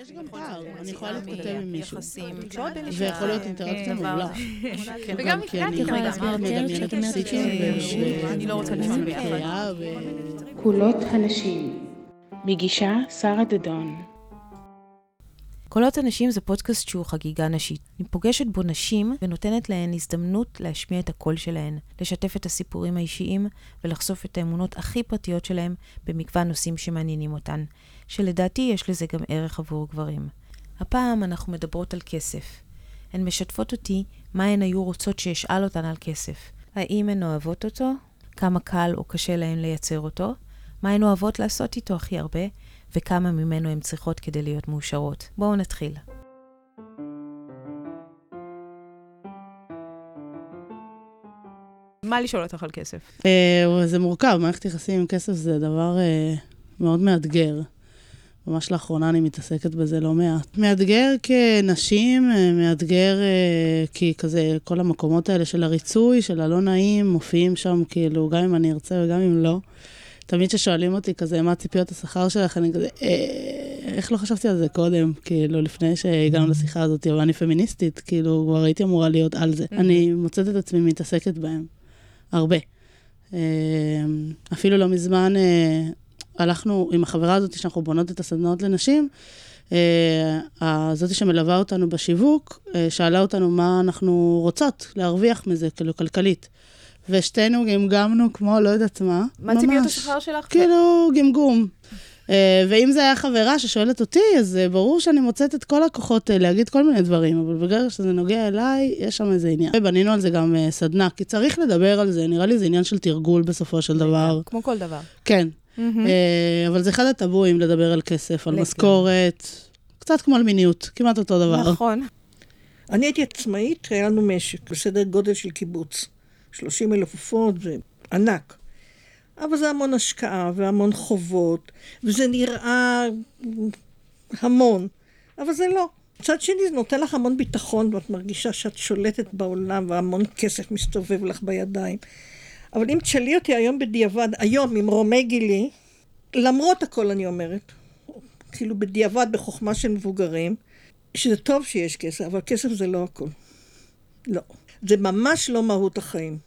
יש גם פער, אני יכולה להתכתב עם מישהו. ויכול להיות אינטראקציה מעולה. וגם אני יכולה להסביר מדמיינת פסיקים אני לא רוצה לשמוע בקריאה קולות הנשים, מגישה שרה דדון. קולות הנשים זה פודקאסט שהוא חגיגה נשית. אני פוגשת בו נשים ונותנת להן הזדמנות להשמיע את הקול שלהן, לשתף את הסיפורים האישיים ולחשוף את האמונות הכי פרטיות שלהן במגוון נושאים שמעניינים אותן, שלדעתי יש לזה גם ערך עבור גברים. הפעם אנחנו מדברות על כסף. הן משתפות אותי מה הן היו רוצות שאשאל אותן על כסף. האם הן אוהבות אותו? כמה קל או קשה להן לייצר אותו? מה הן אוהבות לעשות איתו הכי הרבה? וכמה ממנו הן צריכות כדי להיות מאושרות. בואו נתחיל. מה לשאול אותך על כסף? זה מורכב, מערכת יחסים עם כסף זה דבר מאוד מאתגר. ממש לאחרונה אני מתעסקת בזה לא מעט. מאתגר כנשים, מאתגר כי כזה כל המקומות האלה של הריצוי, של הלא נעים, מופיעים שם כאילו גם אם אני ארצה וגם אם לא. תמיד ששואלים אותי כזה, מה ציפיות השכר שלך, אני כזה, איך לא חשבתי על זה קודם, כאילו, לפני שהגענו לשיחה הזאת, אבל אני פמיניסטית, כאילו, כבר הייתי אמורה להיות על זה. אני מוצאת את עצמי מתעסקת בהם, הרבה. אפילו לא מזמן, הלכנו עם החברה הזאת, שאנחנו בונות את הסדנאות לנשים, הזאת שמלווה אותנו בשיווק, שאלה אותנו מה אנחנו רוצות להרוויח מזה, כאילו, כלכלית. ושתינו גמגמנו כמו לא יודעת מה. מה ציפיות השכר שלך? כאילו גמגום. ואם זה היה חברה ששואלת אותי, אז ברור שאני מוצאת את כל הכוחות להגיד כל מיני דברים, אבל בגלל שזה נוגע אליי, יש שם איזה עניין. ובנינו על זה גם סדנה, כי צריך לדבר על זה, נראה לי זה עניין של תרגול בסופו של דבר. כמו כל דבר. כן. אבל זה אחד הטבואים לדבר על כסף, על משכורת, קצת כמו על מיניות, כמעט אותו דבר. נכון. אני הייתי עצמאית, היה לנו משק, בסדר גודל של קיבוץ. 30,000 עופות, זה ענק. אבל זה המון השקעה והמון חובות, וזה נראה המון, אבל זה לא. מצד שני, זה נותן לך המון ביטחון, ואת מרגישה שאת שולטת בעולם, והמון כסף מסתובב לך בידיים. אבל אם תשאלי אותי היום בדיעבד, היום עם רומי גילי, למרות הכל אני אומרת, כאילו בדיעבד בחוכמה של מבוגרים, שזה טוב שיש כסף, אבל כסף זה לא הכל. לא. זה ממש לא מהות החיים.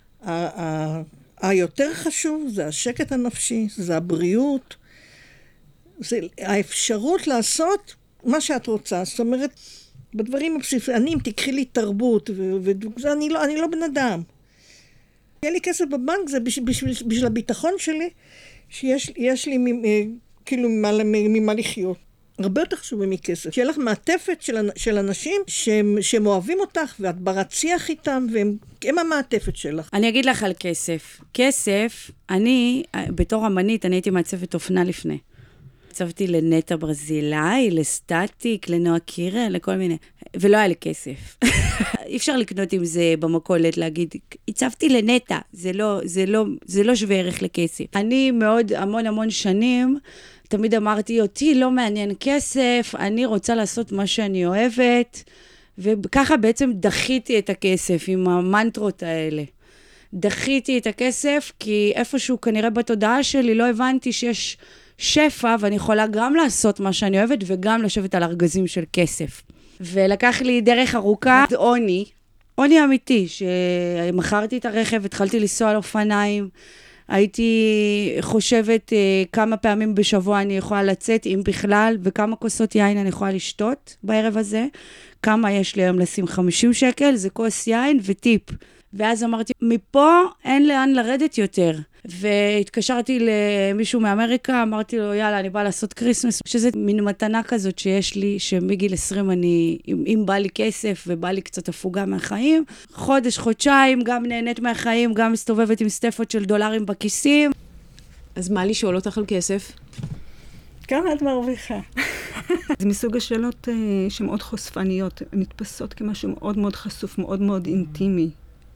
היותר חשוב זה השקט הנפשי, זה הבריאות, זה האפשרות לעשות מה שאת רוצה. זאת אומרת, בדברים הבסיסיים, תקחי לי תרבות, אני לא בן אדם. יהיה לי כסף בבנק, זה בשביל הביטחון שלי, שיש לי כאילו ממה לחיות. הרבה יותר חשובים מכסף. שיהיה לך מעטפת של אנשים שהם אוהבים אותך, ואת ברת שיח איתם, והם המעטפת שלך. אני אגיד לך על כסף. כסף, בתור אמנית, אני הייתי מעצבת אופנה לפני. הצבתי לנטה ברזילאי, לסטטיק, לנועה קירה, לכל מיני. ולא היה לי כסף. אי אפשר לקנות עם זה במקולת, להגיד, הצבתי לנטה. זה לא שווה ערך לכסף. אני מאוד המון שנים, תמיד אמרתי, אותי לא מעניין כסף, אני רוצה לעשות מה שאני אוהבת, וככה בעצם דחיתי את הכסף עם המנטרות האלה. דחיתי את הכסף, כי איפשהו כנראה בתודעה שלי לא הבנתי שיש שפע, ואני יכולה גם לעשות מה שאני אוהבת, וגם לשבת על ארגזים של כסף. ולקח לי דרך ארוכה, עוני אמיתי, שמכרתי את הרכב, התחלתי לנסוע על אופניים, הייתי חושבת כמה פעמים בשבוע אני יכולה לצאת, אם בכלל, וכמה כוסות יין אני יכולה לשתות בערב הזה. כמה יש לי היום לשים 50 שקל, זה כוס יין וטיפ. ואז אמרתי, מפה אין לאן לרדת יותר. והתקשרתי למישהו מאמריקה, אמרתי לו, יאללה, אני באה לעשות קריסמס, שזה מין מתנה כזאת שיש לי, שמגיל 20 אם בא לי כסף ובא לי קצת הפוגה מהחיים, חודשיים, גם נהנית מהחיים, גם מסתובבת עם סטפות של דולרים בכיסים. אז מה לשאול אותך על כסף? כמה את מרוויחה? זה מסוג השאלות שמאוד חושפניות, נתפסות כמשהו מאוד מאוד חשוף, מאוד מאוד אינטימי,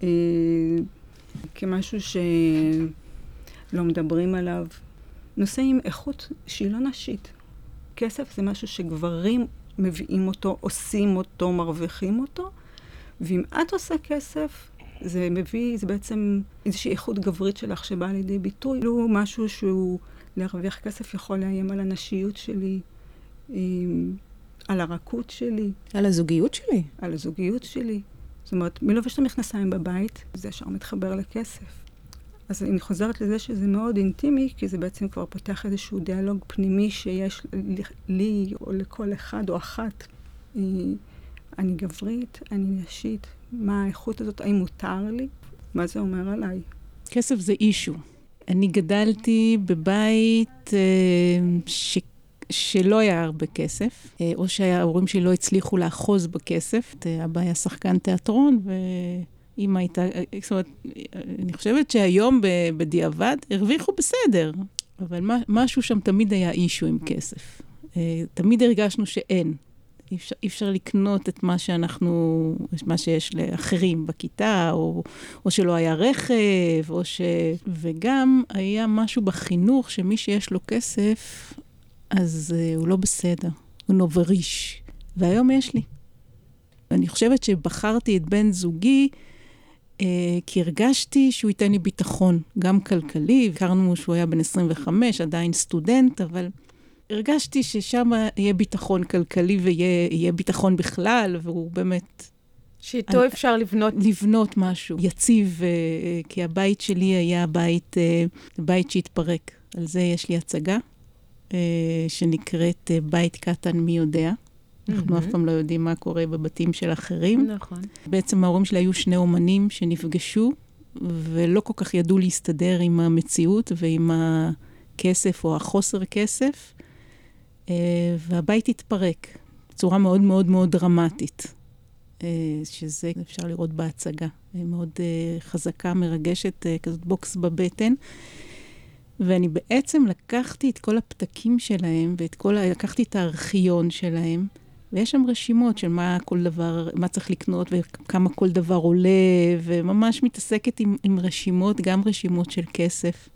כמשהו שלא מדברים עליו. נושא עם איכות שהיא לא נשית. כסף זה משהו שגברים מביאים אותו, עושים אותו, מרוויחים אותו, ואם את עושה כסף, זה בעצם איזושהי איכות גברית שלך שבאה לידי ביטוי. לא משהו שהוא להרוויח כסף יכול לאיים על הנשיות שלי, על הרכות שלי. על הזוגיות שלי. על הזוגיות שלי. זאת אומרת, מי לובש את המכנסיים בבית? זה ישר מתחבר לכסף. אז אני חוזרת לזה שזה מאוד אינטימי, כי זה בעצם כבר פותח איזשהו דיאלוג פנימי שיש לי או לכל אחד או אחת. אני גברית, אני נשית, מה האיכות הזאת, האם מותר לי? מה זה אומר עליי? כסף זה אישו. אני גדלתי בבית שלא היה הרבה כסף, או שההורים שלי לא הצליחו לאחוז בכסף. אבא היה שחקן תיאטרון, ואמא הייתה, זאת אומרת, אני חושבת שהיום בדיעבד הרוויחו בסדר, אבל משהו שם תמיד היה אישו עם כסף. תמיד הרגשנו שאין. אי אפשר לקנות את מה שיש לאחרים בכיתה, או שלא היה רכב, וגם היה משהו בחינוך שמי שיש לו כסף, אז הוא לא בסדר, הוא נובריש. והיום יש לי. אני חושבת שבחרתי את בן זוגי, כי הרגשתי שהוא ייתן לי ביטחון, גם כלכלי. הכרנו שהוא היה בן 25, עדיין סטודנט, אבל הרגשתי ששם יהיה ביטחון כלכלי ויהיה ביטחון בכלל, והוא באמת... שאיתו אפשר לבנות משהו יציב, כי הבית שלי היה בית שהתפרק. על זה יש לי הצגה, שנקראת בית קטן מי יודע. אנחנו אף פעם לא יודעים מה קורה בבתים של אחרים. נכון. בעצם ההורים שלי היו שני אומנים שנפגשו, ולא כל כך ידעו להסתדר עם המציאות ועם הכסף או החוסר כסף, והבית התפרק בצורה מאוד מאוד מאוד דרמטית, שזה אפשר לראות בהצגה, מאוד חזקה, מרגשת, כזאת בוקס בבטן. ואני בעצם לקחתי את כל הפתקים שלהם, לקחתי את הארכיון שלהם, ויש שם רשימות של מה צריך לקנות, וכמה כל דבר עולה, וממש מתעסקת עם רשימות, גם רשימות של כסף.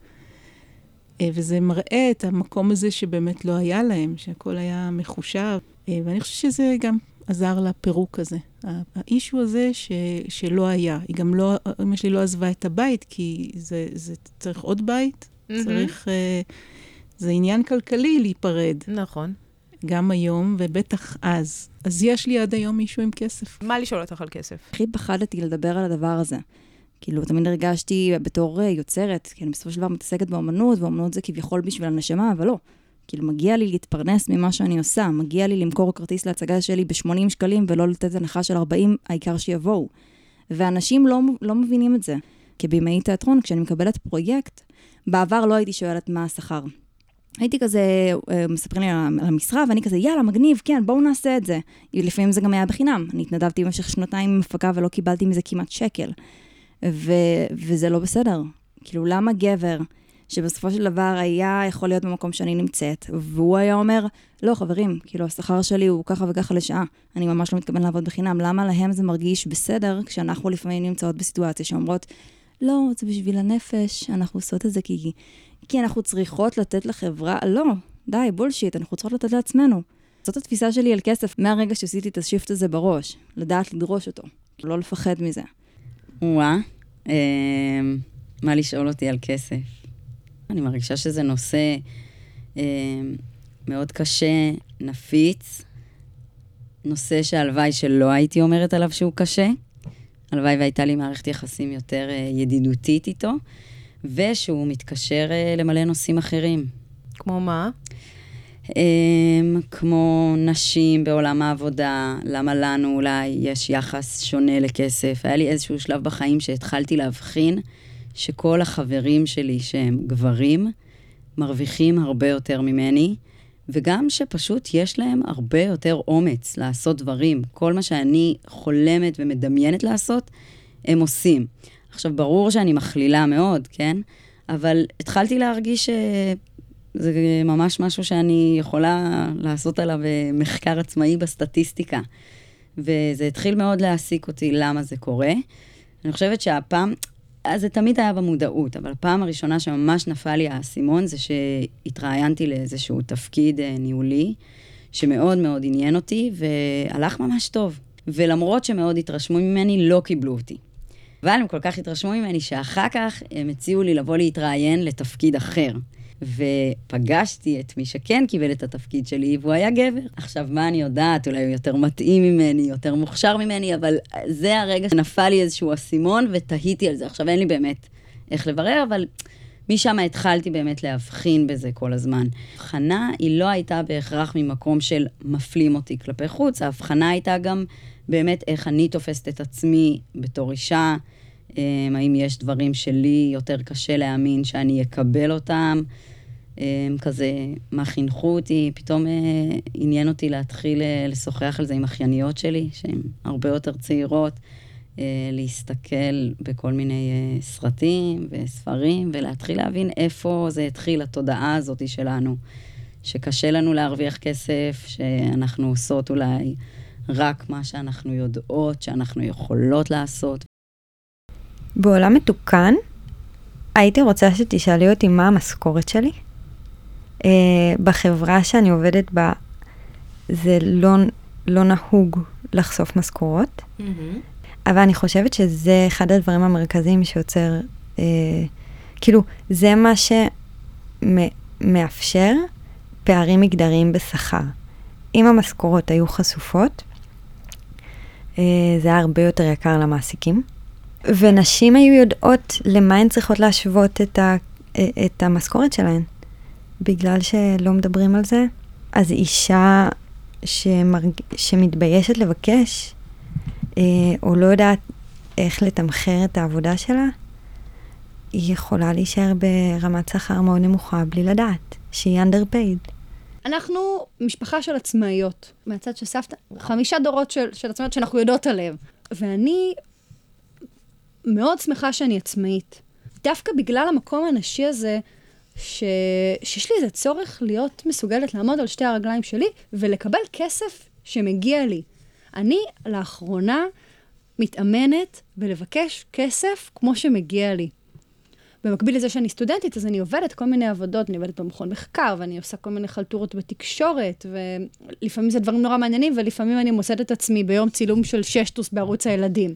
וזה מראה את המקום הזה שבאמת לא היה להם, שהכל היה מחושב. ואני חושבת שזה גם עזר לפירוק הזה. האישו הזה שלא היה. היא גם לא, אמא שלי לא עזבה את הבית, כי זה צריך עוד בית. צריך, זה עניין כלכלי להיפרד. נכון. גם היום, ובטח אז. אז יש לי עד היום מישהו עם כסף. מה לשאול אותך על כסף? הכי פחדתי לדבר על הדבר הזה. כאילו, תמיד הרגשתי בתור יוצרת, כי אני בסופו של דבר מתעסקת באמנות, ואמנות זה כביכול בשביל הנשמה, אבל לא. כאילו, מגיע לי להתפרנס ממה שאני עושה, מגיע לי למכור כרטיס להצגה שלי ב-80 שקלים, ולא לתת הנחה של 40, העיקר שיבואו. ואנשים לא מבינים את זה. כבימאי תיאטרון, כשאני מקבלת פרויקט, בעבר לא הייתי שואלת מה השכר. הייתי כזה, מספרים לי על המשרה, ואני כזה, יאללה, מגניב, כן, בואו נעשה את זה. לפעמים זה גם היה בחינם. אני התנדבתי במשך 2 עם מפקה, ולא קיבלתי מזה כמעט שקל. וזה לא בסדר. כאילו, למה גבר, שבסופו של דבר היה יכול להיות במקום שאני נמצאת, והוא היה אומר, לא, חברים, כאילו, השכר שלי הוא ככה וככה לשעה. אני ממש לא מתכוון לעבוד בחינם. למה להם זה מרגיש בסדר, כשאנחנו לפעמים נמצאות בסיטואציה שאומרות, לא, זה בשביל הנפש, אנחנו עושות את זה כי אנחנו צריכות לתת לחברה, לא, די, בולשיט, אנחנו צריכות לתת לעצמנו. זאת התפיסה שלי על כסף, מהרגע שעשיתי את השיפט הזה בראש, לדעת לדרוש אותו, לא לפחד מזה. מה לשאול אותי על כסף? אני מרגישה שזה נושא מאוד קשה, נפיץ, נושא שהלוואי שלא הייתי אומרת עליו שהוא קשה, הלוואי והייתה לי מערכת יחסים יותר ידידותית איתו, ושהוא מתקשר למלא נושאים אחרים. כמו מה? כמו נשים בעולם העבודה, למה לנו אולי יש יחס שונה לכסף. היה לי איזשהו שלב בחיים שהתחלתי להבחין שכל החברים שלי שהם גברים, מרוויחים הרבה יותר ממני, וגם שפשוט יש להם הרבה יותר אומץ לעשות דברים. כל מה שאני חולמת ומדמיינת לעשות, הם עושים. עכשיו, ברור שאני מכלילה מאוד, כן? אבל התחלתי להרגיש שזה ממש משהו שאני יכולה לעשות עליו מחקר עצמאי בסטטיסטיקה. וזה התחיל מאוד להעסיק אותי למה זה קורה. אני חושבת שהפעם, אז זה תמיד היה במודעות, אבל הפעם הראשונה שממש נפל לי האסימון, זה שהתראיינתי לאיזשהו תפקיד ניהולי, שמאוד מאוד עניין אותי, והלך ממש טוב. ולמרות שמאוד התרשמו ממני, לא קיבלו אותי. אבל הם כל כך התרשמו ממני, שאחר כך הם הציעו לי לבוא להתראיין לתפקיד אחר. ופגשתי את מי שכן קיבל את התפקיד שלי, והוא היה גבר. עכשיו, מה אני יודעת? אולי הוא יותר מתאים ממני, יותר מוכשר ממני, אבל זה הרגע שנפל לי איזשהו אסימון, ותהיתי על זה. עכשיו, אין לי באמת איך לברר, אבל משם התחלתי באמת להבחין בזה כל הזמן. ההבחנה היא לא הייתה בהכרח ממקום של מפלים אותי כלפי חוץ, ההבחנה הייתה גם באמת איך אני תופסת את עצמי בתור אישה, האם יש דברים שלי יותר קשה להאמין שאני אקבל אותם, כזה מה חינכו אותי, פתאום עניין אותי להתחיל לשוחח על זה עם אחייניות שלי, שהן הרבה יותר צעירות, להסתכל בכל מיני סרטים וספרים, ולהתחיל להבין איפה זה התחיל, התודעה הזאת שלנו, שקשה לנו להרוויח כסף, שאנחנו עושות אולי רק מה שאנחנו יודעות, שאנחנו יכולות לעשות. בעולם מתוקן, הייתי רוצה שתשאלי אותי מה המשכורת שלי. בחברה שאני עובדת בה, זה לא נהוג לחשוף משכורות. אבל אני חושבת שזה אחד הדברים המרכזיים שיוצר, כאילו, זה מה שמאפשר פערים מגדריים בשכר. אם המשכורות היו חשופות, זה היה הרבה יותר יקר למעסיקים, ונשים היו יודעות למה הן צריכות להשוות את המשכורת שלהן. בגלל שלא מדברים על זה, אז אישה שמתביישת לבקש, או לא יודעת איך לתמחר את העבודה שלה, היא יכולה להישאר ברמת שכר מאוד נמוכה בלי לדעת שהיא underpaid. אנחנו משפחה של עצמאיות, מהצד של סבתא, 5 דורות של עצמאיות שאנחנו יודעות עליהם. ואני מאוד שמחה שאני עצמאית. דווקא בגלל המקום הנשי הזה, שיש לי איזה צורך להיות מסוגלת לעמוד על שתי הרגליים שלי, ולקבל כסף שמגיע לי. אני לאחרונה מתאמנת ולבקש כסף כמו שמגיע לי. במקביל לזה שאני סטודנטית, אז אני עובדת כל מיני עבודות, אני עובדת במכון מחקר, ואני עושה כל מיני חלטורות בתקשורת, ולפעמים זה דברים נורא מעניינים, ולפעמים אני מוצאת את עצמי ביום צילום של ששטוס בערוץ הילדים.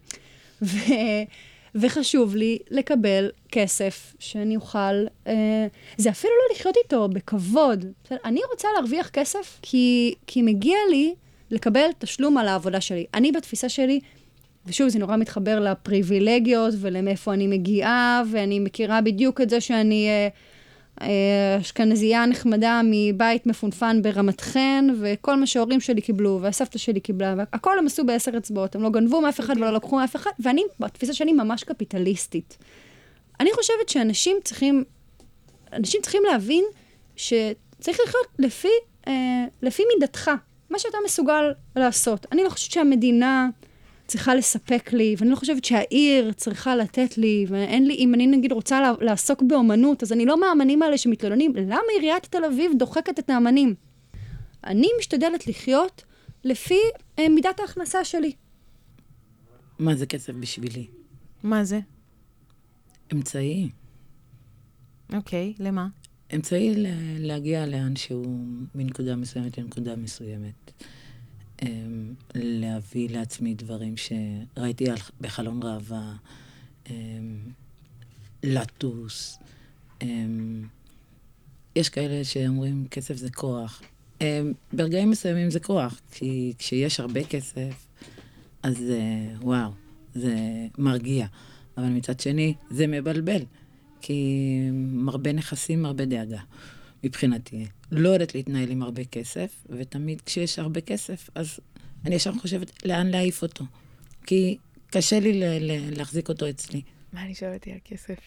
וחשוב לי לקבל כסף שאני אוכל, זה אפילו לא לחיות איתו בכבוד. אני רוצה להרוויח כסף, כי מגיע לי לקבל תשלום על העבודה שלי. אני בתפיסה שלי, ושוב, זה נורא מתחבר לפריבילגיות ולמאיפה אני מגיעה, ואני מכירה בדיוק את זה שאני אשכנזייה נחמדה מבית מפונפן ברמת חן, וכל מה שההורים שלי קיבלו, והסבתא שלי קיבלה, והכל הם עשו ב10 אצבעות, הם לא גנבו מאף אחד ולא לקחו מאף אחד, ואני, בתפיסה שלי, ממש קפיטליסטית. אני חושבת שאנשים צריכים להבין שצריך לחיות לפי מידתך, מה שאתה מסוגל לעשות. אני לא חושבת שהמדינה צריכה לספק לי, ואני לא חושבת שהעיר צריכה לתת לי, ואין לי, אם אני נגיד רוצה לעסוק באומנות, אז אני לא מהאמנים האלה שמתלוננים, למה עיריית תל אביב דוחקת את האמנים? אני משתדלת לחיות לפי מידת ההכנסה שלי. מה זה כסף בשבילי? מה זה? אמצעי. אוקיי, למה? אמצעי להגיע לאן שהוא מנקודה מסוימת לנקודה מסוימת. להביא לעצמי דברים שראיתי בחלון ראווה, לטוס. יש כאלה שאומרים כסף זה כוח. ברגעים מסוימים זה כוח, כי כשיש הרבה כסף, אז וואו, זה מרגיע. אבל מצד שני, זה מבלבל, כי מרבה נכסים, מרבה דאגה. מבחינתי, לא יודעת להתנהל עם הרבה כסף, ותמיד כשיש הרבה כסף, אז אני ישר חושבת לאן להעיף אותו. כי קשה לי להחזיק אותו אצלי. מה אני שואלת על כסף?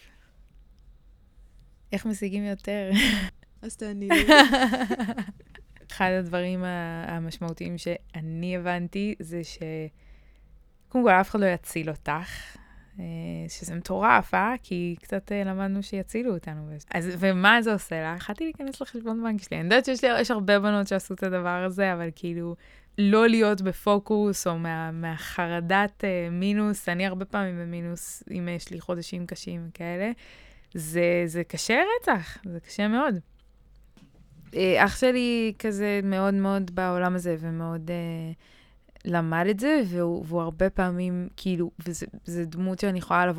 איך משיגים יותר? אז תעני לי. אחד הדברים המשמעותיים שאני הבנתי, זה קודם כל אף אחד לא יציל אותך. שזה מטורף, כי קצת למדנו שיצילו אותנו. אז, ומה זה עושה לה? החלטתי להיכנס לחשבון בנק שלי. אני יודעת שיש הרבה בנות שעשו את הדבר הזה, אבל כאילו, לא להיות בפוקוס, או מהחרדת מינוס, אני הרבה פעמים במינוס, אם יש לי חודשים קשים וכאלה, זה קשה רצח, זה קשה מאוד. אח שלי כזה מאוד מאוד בעולם הזה, ומאוד למד את זה, והוא הרבה פעמים, כאילו, וזו דמות שאני יכולה לבוא אליה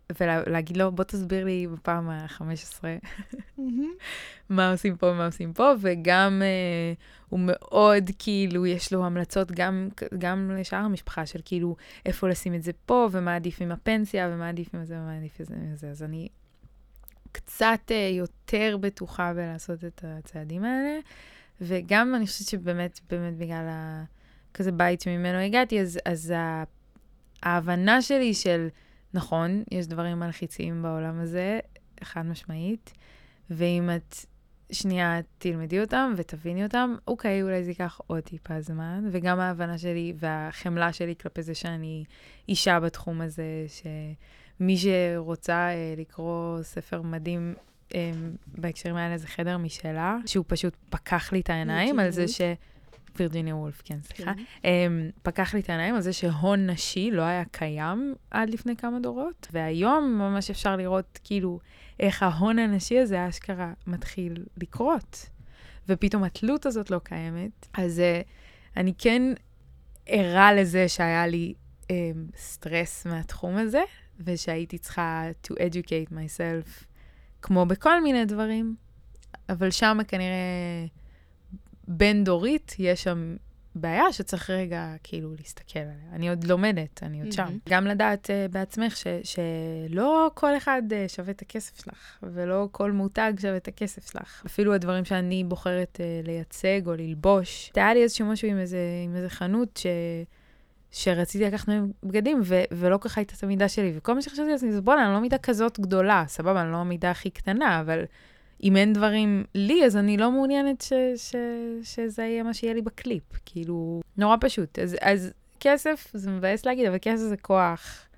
ולהגיד לו, בוא תסביר לי בפעם ה-15 מה עושים פה ומה עושים פה, וגם הוא מאוד, כאילו, יש לו המלצות גם לשאר המשפחה של כאילו, איפה לשים את זה פה, ומה עדיף עם הפנסיה, ומה עדיף עם זה, ומה עדיף עם זה. אז אני קצת יותר בטוחה בלעשות את הצעדים האלה, וגם אני חושבת שבאמת, בגלל כזה בית שממנו הגעתי, אז ההבנה שלי של, נכון, יש דברים מלחיצים בעולם הזה, חד משמעית, ואם את שנייה תלמדי אותם ותביני אותם, אוקיי, אולי זה ייקח עוד טיפה זמן, וגם ההבנה שלי והחמלה שלי כלפי זה שאני אישה בתחום הזה, שמי שרוצה לקרוא ספר מדהים בהקשרים האלה זה חדר משלה, שהוא פשוט פקח לי את העיניים על זה וירג'יניה וולף, כן, סליחה. פקח לי את העיניים על זה שהון נשי לא היה קיים עד לפני כמה דורות, והיום ממש אפשר לראות כאילו איך ההון הנשי הזה, האשכרה, מתחיל לקרות. ופתאום התלות הזאת לא קיימת. אז אני כן ערה לזה שהיה לי סטרס מהתחום הזה, ושהייתי צריכה to educate myself, כמו בכל מיני דברים, אבל שם כנראה בין דורית, יש שם בעיה שצריך רגע כאילו להסתכל עליה. אני עוד לומדת, אני עוד שם. גם לדעת בעצמך שלא כל אחד שווה את הכסף שלך, ולא כל מותג שווה את הכסף שלך. אפילו הדברים שאני בוחרת לייצג או ללבוש. היה לי איזשהו משהו עם איזה חנות שרציתי לקחת מהם בגדים, ולא ככה הייתה את המידה שלי. וכל מה שחשבתי לעצמי, זה בוא'נה, אני לא מידה כזאת גדולה, סבבה, אני לא המידה הכי קטנה, אבל אם אין דברים לי, אז אני לא מעוניינת שזה יהיה מה שיהיה לי בקליפ. כאילו, נורא פשוט. אז כסף, זה מבאס להגיד, אבל כסף זה כוח.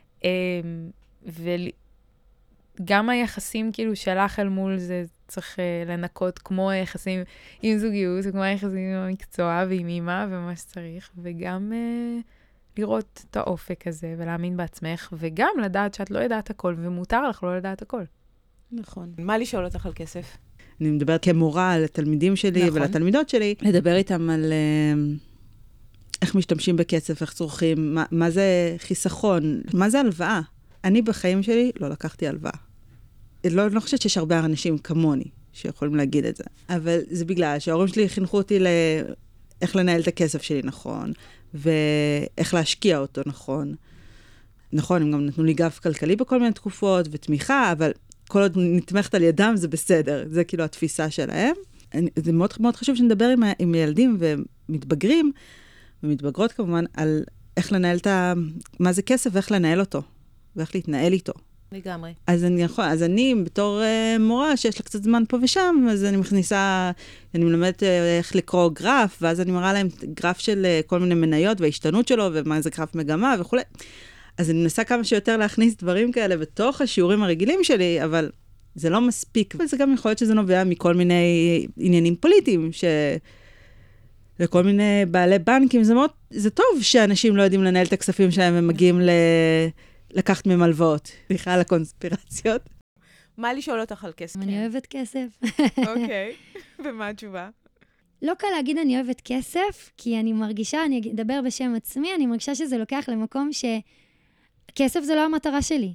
וגם היחסים כאילו שלך אל מול זה צריך לנקות, כמו היחסים עם זוגיות, כמו היחסים עם המקצוע ועם אמא ומה שצריך, וגם לראות את האופק הזה ולהאמין בעצמך, וגם לדעת שאת לא יודעת הכל, ומותר לך לא לדעת הכל. נכון. מה לשאול אותך על כסף? אני מדברת כמורה על התלמידים שלי נכון. ולתלמידות שלי, לדבר איתם על איך משתמשים בכסף, איך צורכים, מה זה חיסכון, מה זה הלוואה. אני בחיים שלי לא לקחתי הלוואה. לא חושבת שיש הרבה אנשים כמוני שיכולים להגיד את זה. אבל זה בגלל שההורים שלי חינכו אותי איך לנהל את הכסף שלי נכון, ואיך להשקיע אותו נכון. נכון, הם גם נתנו לי גב כלכלי בכל מיני תקופות ותמיכה, אבל כל עוד נתמכת על ידם זה בסדר. זה כאילו התפיסה שלהם. זה מאוד, מאוד חשוב שנדבר עם ילדים ומתבגרים, ומתבגרות כמובן, על איך לנהל מה זה כסף ואיך לנהל אותו, ואיך להתנהל איתו. לגמרי. אז אני בתור מורה שיש לה קצת זמן פה ושם, אז אני מכניסה, אני מלמדת איך לקרוא גרף, ואז אני מראה להם גרף של כל מיני מניות וההשתנות שלו, ומה זה גרף מגמה וכו'. אז אני מנסה כמה שיותר להכניס דברים כאלה בתוך השיעורים הרגילים שלי, אבל זה לא מספיק. וזה גם יכול להיות שזה נובע מכל מיני עניינים פוליטיים, לכל מיני בעלי בנקים. זה טוב שאנשים לא יודעים לנהל את הכספים שלהם ומגיעים לקחת מהם הלוואות. סליחה על הקונספירציות. מה לשאול אותך על כסף? אני אוהבת כסף. אוקיי, ומה התשובה? לא קל להגיד אני אוהבת כסף, כי אני מרגישה, אני אדבר בשם עצמי, אני מרגישה שזה לוקח למקום כסף זה לא המטרה שלי.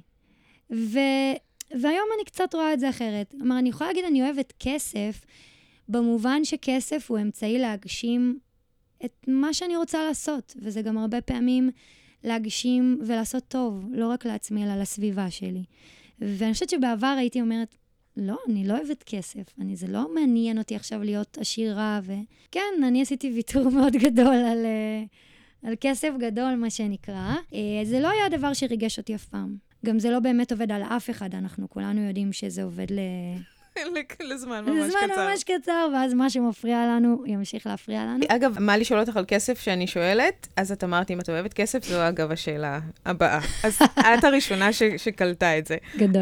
והיום אני קצת רואה את זה אחרת. כלומר, אני יכולה להגיד, אני אוהבת כסף, במובן שכסף הוא אמצעי להגשים את מה שאני רוצה לעשות. וזה גם הרבה פעמים להגשים ולעשות טוב, לא רק לעצמי, אלא לסביבה שלי. ואני חושבת שבעבר הייתי אומרת, לא, אני לא אוהבת כסף. זה לא מעניין אותי עכשיו להיות עשירה. וכן, אני עשיתי ויתור מאוד גדול על כסף גדול, מה שנקרא. זה לא היה הדבר שריגש אותי אף פעם. גם זה לא באמת עובד על אף אחד. אנחנו כולנו יודעים שזה עובד לזמן ממש קצר. לזמן ממש קצר, ואז מה שמפריע לנו, ימשיך להפריע לנו. אגב, מה לשאול אותך על כסף שאני שואלת? אז את אמרת, אם את אוהבת כסף, זו אגב השאלה הבאה. אז את הראשונה שקלטה את זה. גדול.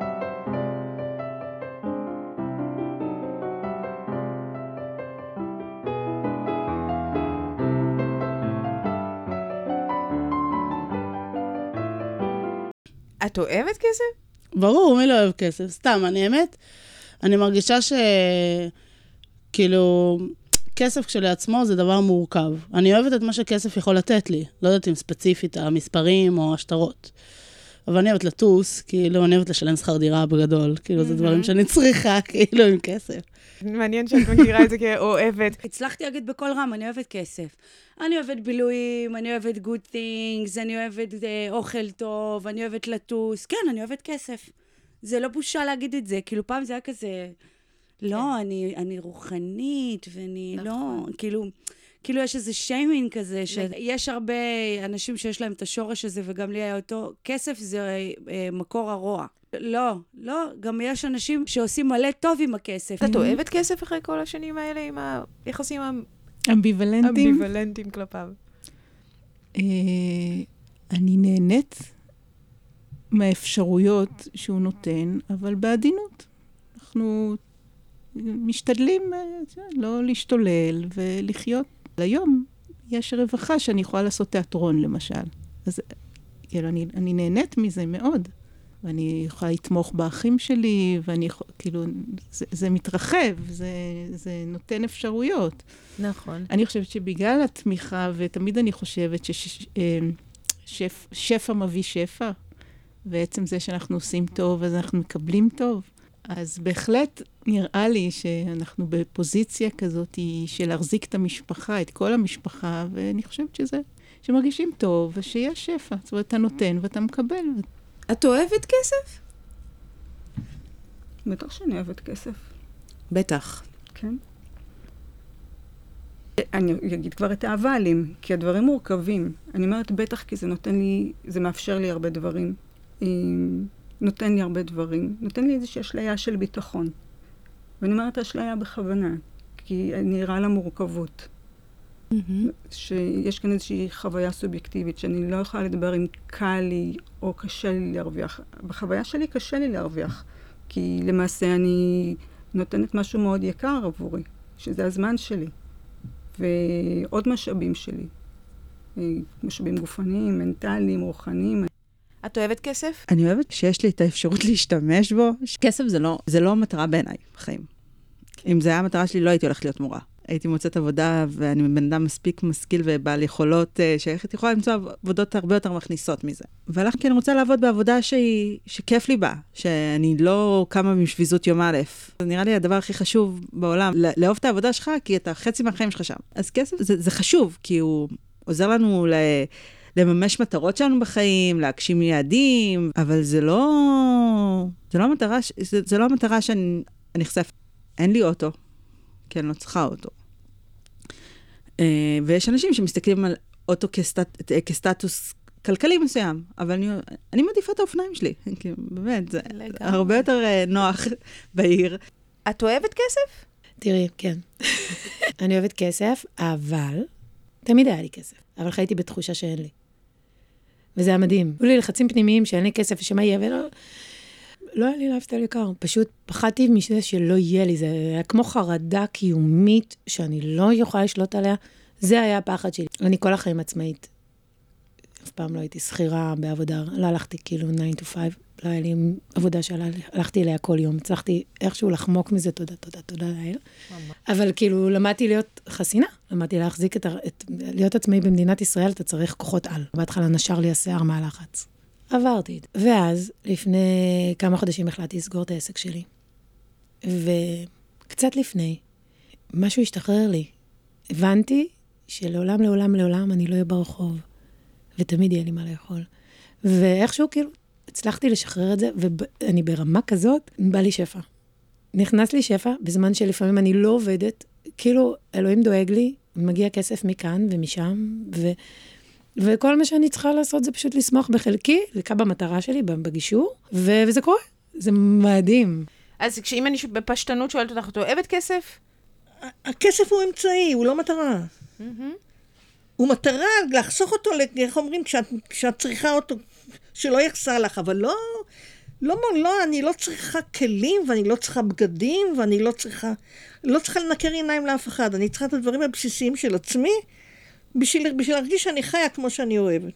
את אוהבת כסף? ברור, מי לא אוהב כסף? סתם, אני מרגישה כאילו, כסף כשלעצמו זה דבר מורכב. אני אוהבת את מה שכסף יכול לתת לי. לא יודעת אם ספציפית המספרים או השטרות. אבל אני אוהבת לטוס, כאילו, אני אוהבת לשלם שכר דירה בגדול, כאילו, זה דברים שאני צריכה, כאילו, עם כסף. מעניין שאת מכירה את זה כאוהבת. הצלחתי להגיד בכל רם, אני אוהבת כסף. אני אוהבת בילויים, אני אוהבת good things, אני אוהבת אוכל טוב, אני אוהבת לטוס. כן, אני אוהבת כסף. זה לא בושה להגיד את זה. כאילו, פעם זה היה כזה, לא, אני רוחנית, ואני לא, כאילו יש איזה שיימינג כזה, שיש הרבה אנשים שיש להם את השורש הזה, וגם לי היה אותו, כסף זה מקור הרוע. לא, גם יש אנשים שעושים מלא טוב עם הכסף. את אוהבת כסף אחרי כל השנים האלה עם היחסים אמביוולנטים כלפיו? אני נהנית מהאפשרויות שהוא נותן, אבל בעדינות. אנחנו משתדלים לא להשתולל ולחיות. היום יש רווחה שאני יכולה לעשות תיאטרון, למשל. אז כאילו, אני נהנית מזה מאוד. ואני יכולה לתמוך באחים שלי, ואני כאילו, זה מתרחב, זה נותן אפשרויות. נכון. אני חושבת שבגלל התמיכה, ותמיד אני חושבת ששפע מביא שפע, ועצם זה שאנחנו עושים טוב, אז אנחנו מקבלים טוב. אז בהחלט נראה לי שאנחנו בפוזיציה כזאת של להחזיק את המשפחה, את כל המשפחה, ואני חושבת שמרגישים טוב, ושיש שפע. זאת אומרת, אתה נותן ואתה מקבל. את אוהבת כסף? בטח שאני אוהבת כסף. בטח. כן. אני אגיד כבר את האבלים, כי הדברים מורכבים. אני אומרת בטח כי זה נותן לי, זה מאפשר לי הרבה דברים. נותן לי הרבה דברים. נותן לי איזושהי אשליה של ביטחון. ואני אומרת אשליה בכוונה, כי נראה לה מורכבות. שיש כאן איזושהי חוויה סובייקטיבית, שאני לא יכולה לדבר אם קל לי או קשה לי להרוויח. בחוויה שלי קשה לי להרוויח, כי למעשה אני נותנת משהו מאוד יקר עבורי, שזה הזמן שלי, ועוד משאבים שלי. משאבים גופניים, מנטליים, רוחניים. את אוהבת כסף? אני אוהבת שיש לי את האפשרות להשתמש בו. כסף זה לא מטרה בעיניי בחיים. אם זה היה המטרה שלי, לא הייתי הולכת להיות מורה. הייתי מוצאת עבודה, ואני בן אדם מספיק משכיל ובעל יכולות, שהייתי יכולה למצוא עבודות הרבה יותר מכניסות מזה. והלכתי כי אני רוצה לעבוד בעבודה שכיף לי בה, שאני לא קמה משביזות יום א'. זה נראה לי הדבר הכי חשוב בעולם, לאהוב את העבודה שלך, כי אתה חצי מהחיים שלך שם. אז כסף זה חשוב, כי הוא עוזר לנו לממש מטרות שלנו בחיים, להגשים יעדים, אבל זה לא המטרה שאני נחשף. אין לי אוטו. כי אני לא צריכה אוטו. ויש אנשים שמסתכלים על אוטו כסטטוס כלכלי מסוים, אבל אני מעדיפה את האופניים שלי. באמת, זה הרבה יותר נוח בעיר. את אוהבת כסף? תראי, כן. אני אוהבת כסף, אבל תמיד היה לי כסף. אבל חייתי בתחושה שאין לי. וזה היה מדהים. היו לי לחצים פנימיים שאין לי כסף ושמה יהיה, לא היה לי לייפסטייל יקר, פשוט פחדתי מזה שלא יהיה לי, זה היה כמו חרדה קיומית שאני לא יכולה לשלוט עליה, זה היה הפחד שלי. אני כל החיים עצמאית, אף פעם לא הייתי שכירה בעבודה, לא הלכתי כאילו 9 to 5, לא היה לי עבודה שהלכתי אליה כל יום, הצלחתי איכשהו לחמוק מזה, תודה לאל. אבל כאילו למדתי להיות חסינה, למדתי להחזיק להיות עצמאי במדינת ישראל, אתה צריך כוחות על. בהתחלה נשר לי השיער מהלחץ. עברתי את זה. ואז, לפני כמה חודשים החלטתי לסגור את העסק שלי. וקצת לפני, משהו השתחרר לי. הבנתי שלעולם, לעולם, לעולם אני לא אהיה ברחוב. ותמיד יהיה לי מה לאכול. ואיכשהו כאילו הצלחתי לשחרר את זה, ואני ברמה כזאת, בא לי שפע. נכנס לי שפע, בזמן שלפעמים אני לא עובדת, כאילו אלוהים דואג לי, מגיע כסף מכאן ומשם, וכל מה שאני צריכה לעשות זה פשוט לשמוח בחלקי, לקע במטרה שלי, בגישור, וזה קורה. זה מדהים. אז כשאם אני בפשטנות שואלת אותך, את אוהבת כסף? הכסף הוא אמצעי, הוא לא מטרה. הוא מטרה לחסוך אותו, איך אומרים, כשאת צריכה אותו, שלא יחסר לך, אבל לא, אני לא צריכה כלים, ואני לא צריכה בגדים, ואני לא צריכה לנקר עיניים לאף אחד. אני צריכה את הדברים הבסיסיים של עצמי, בשביל להרגיש שאני חיה כמו שאני אוהבת.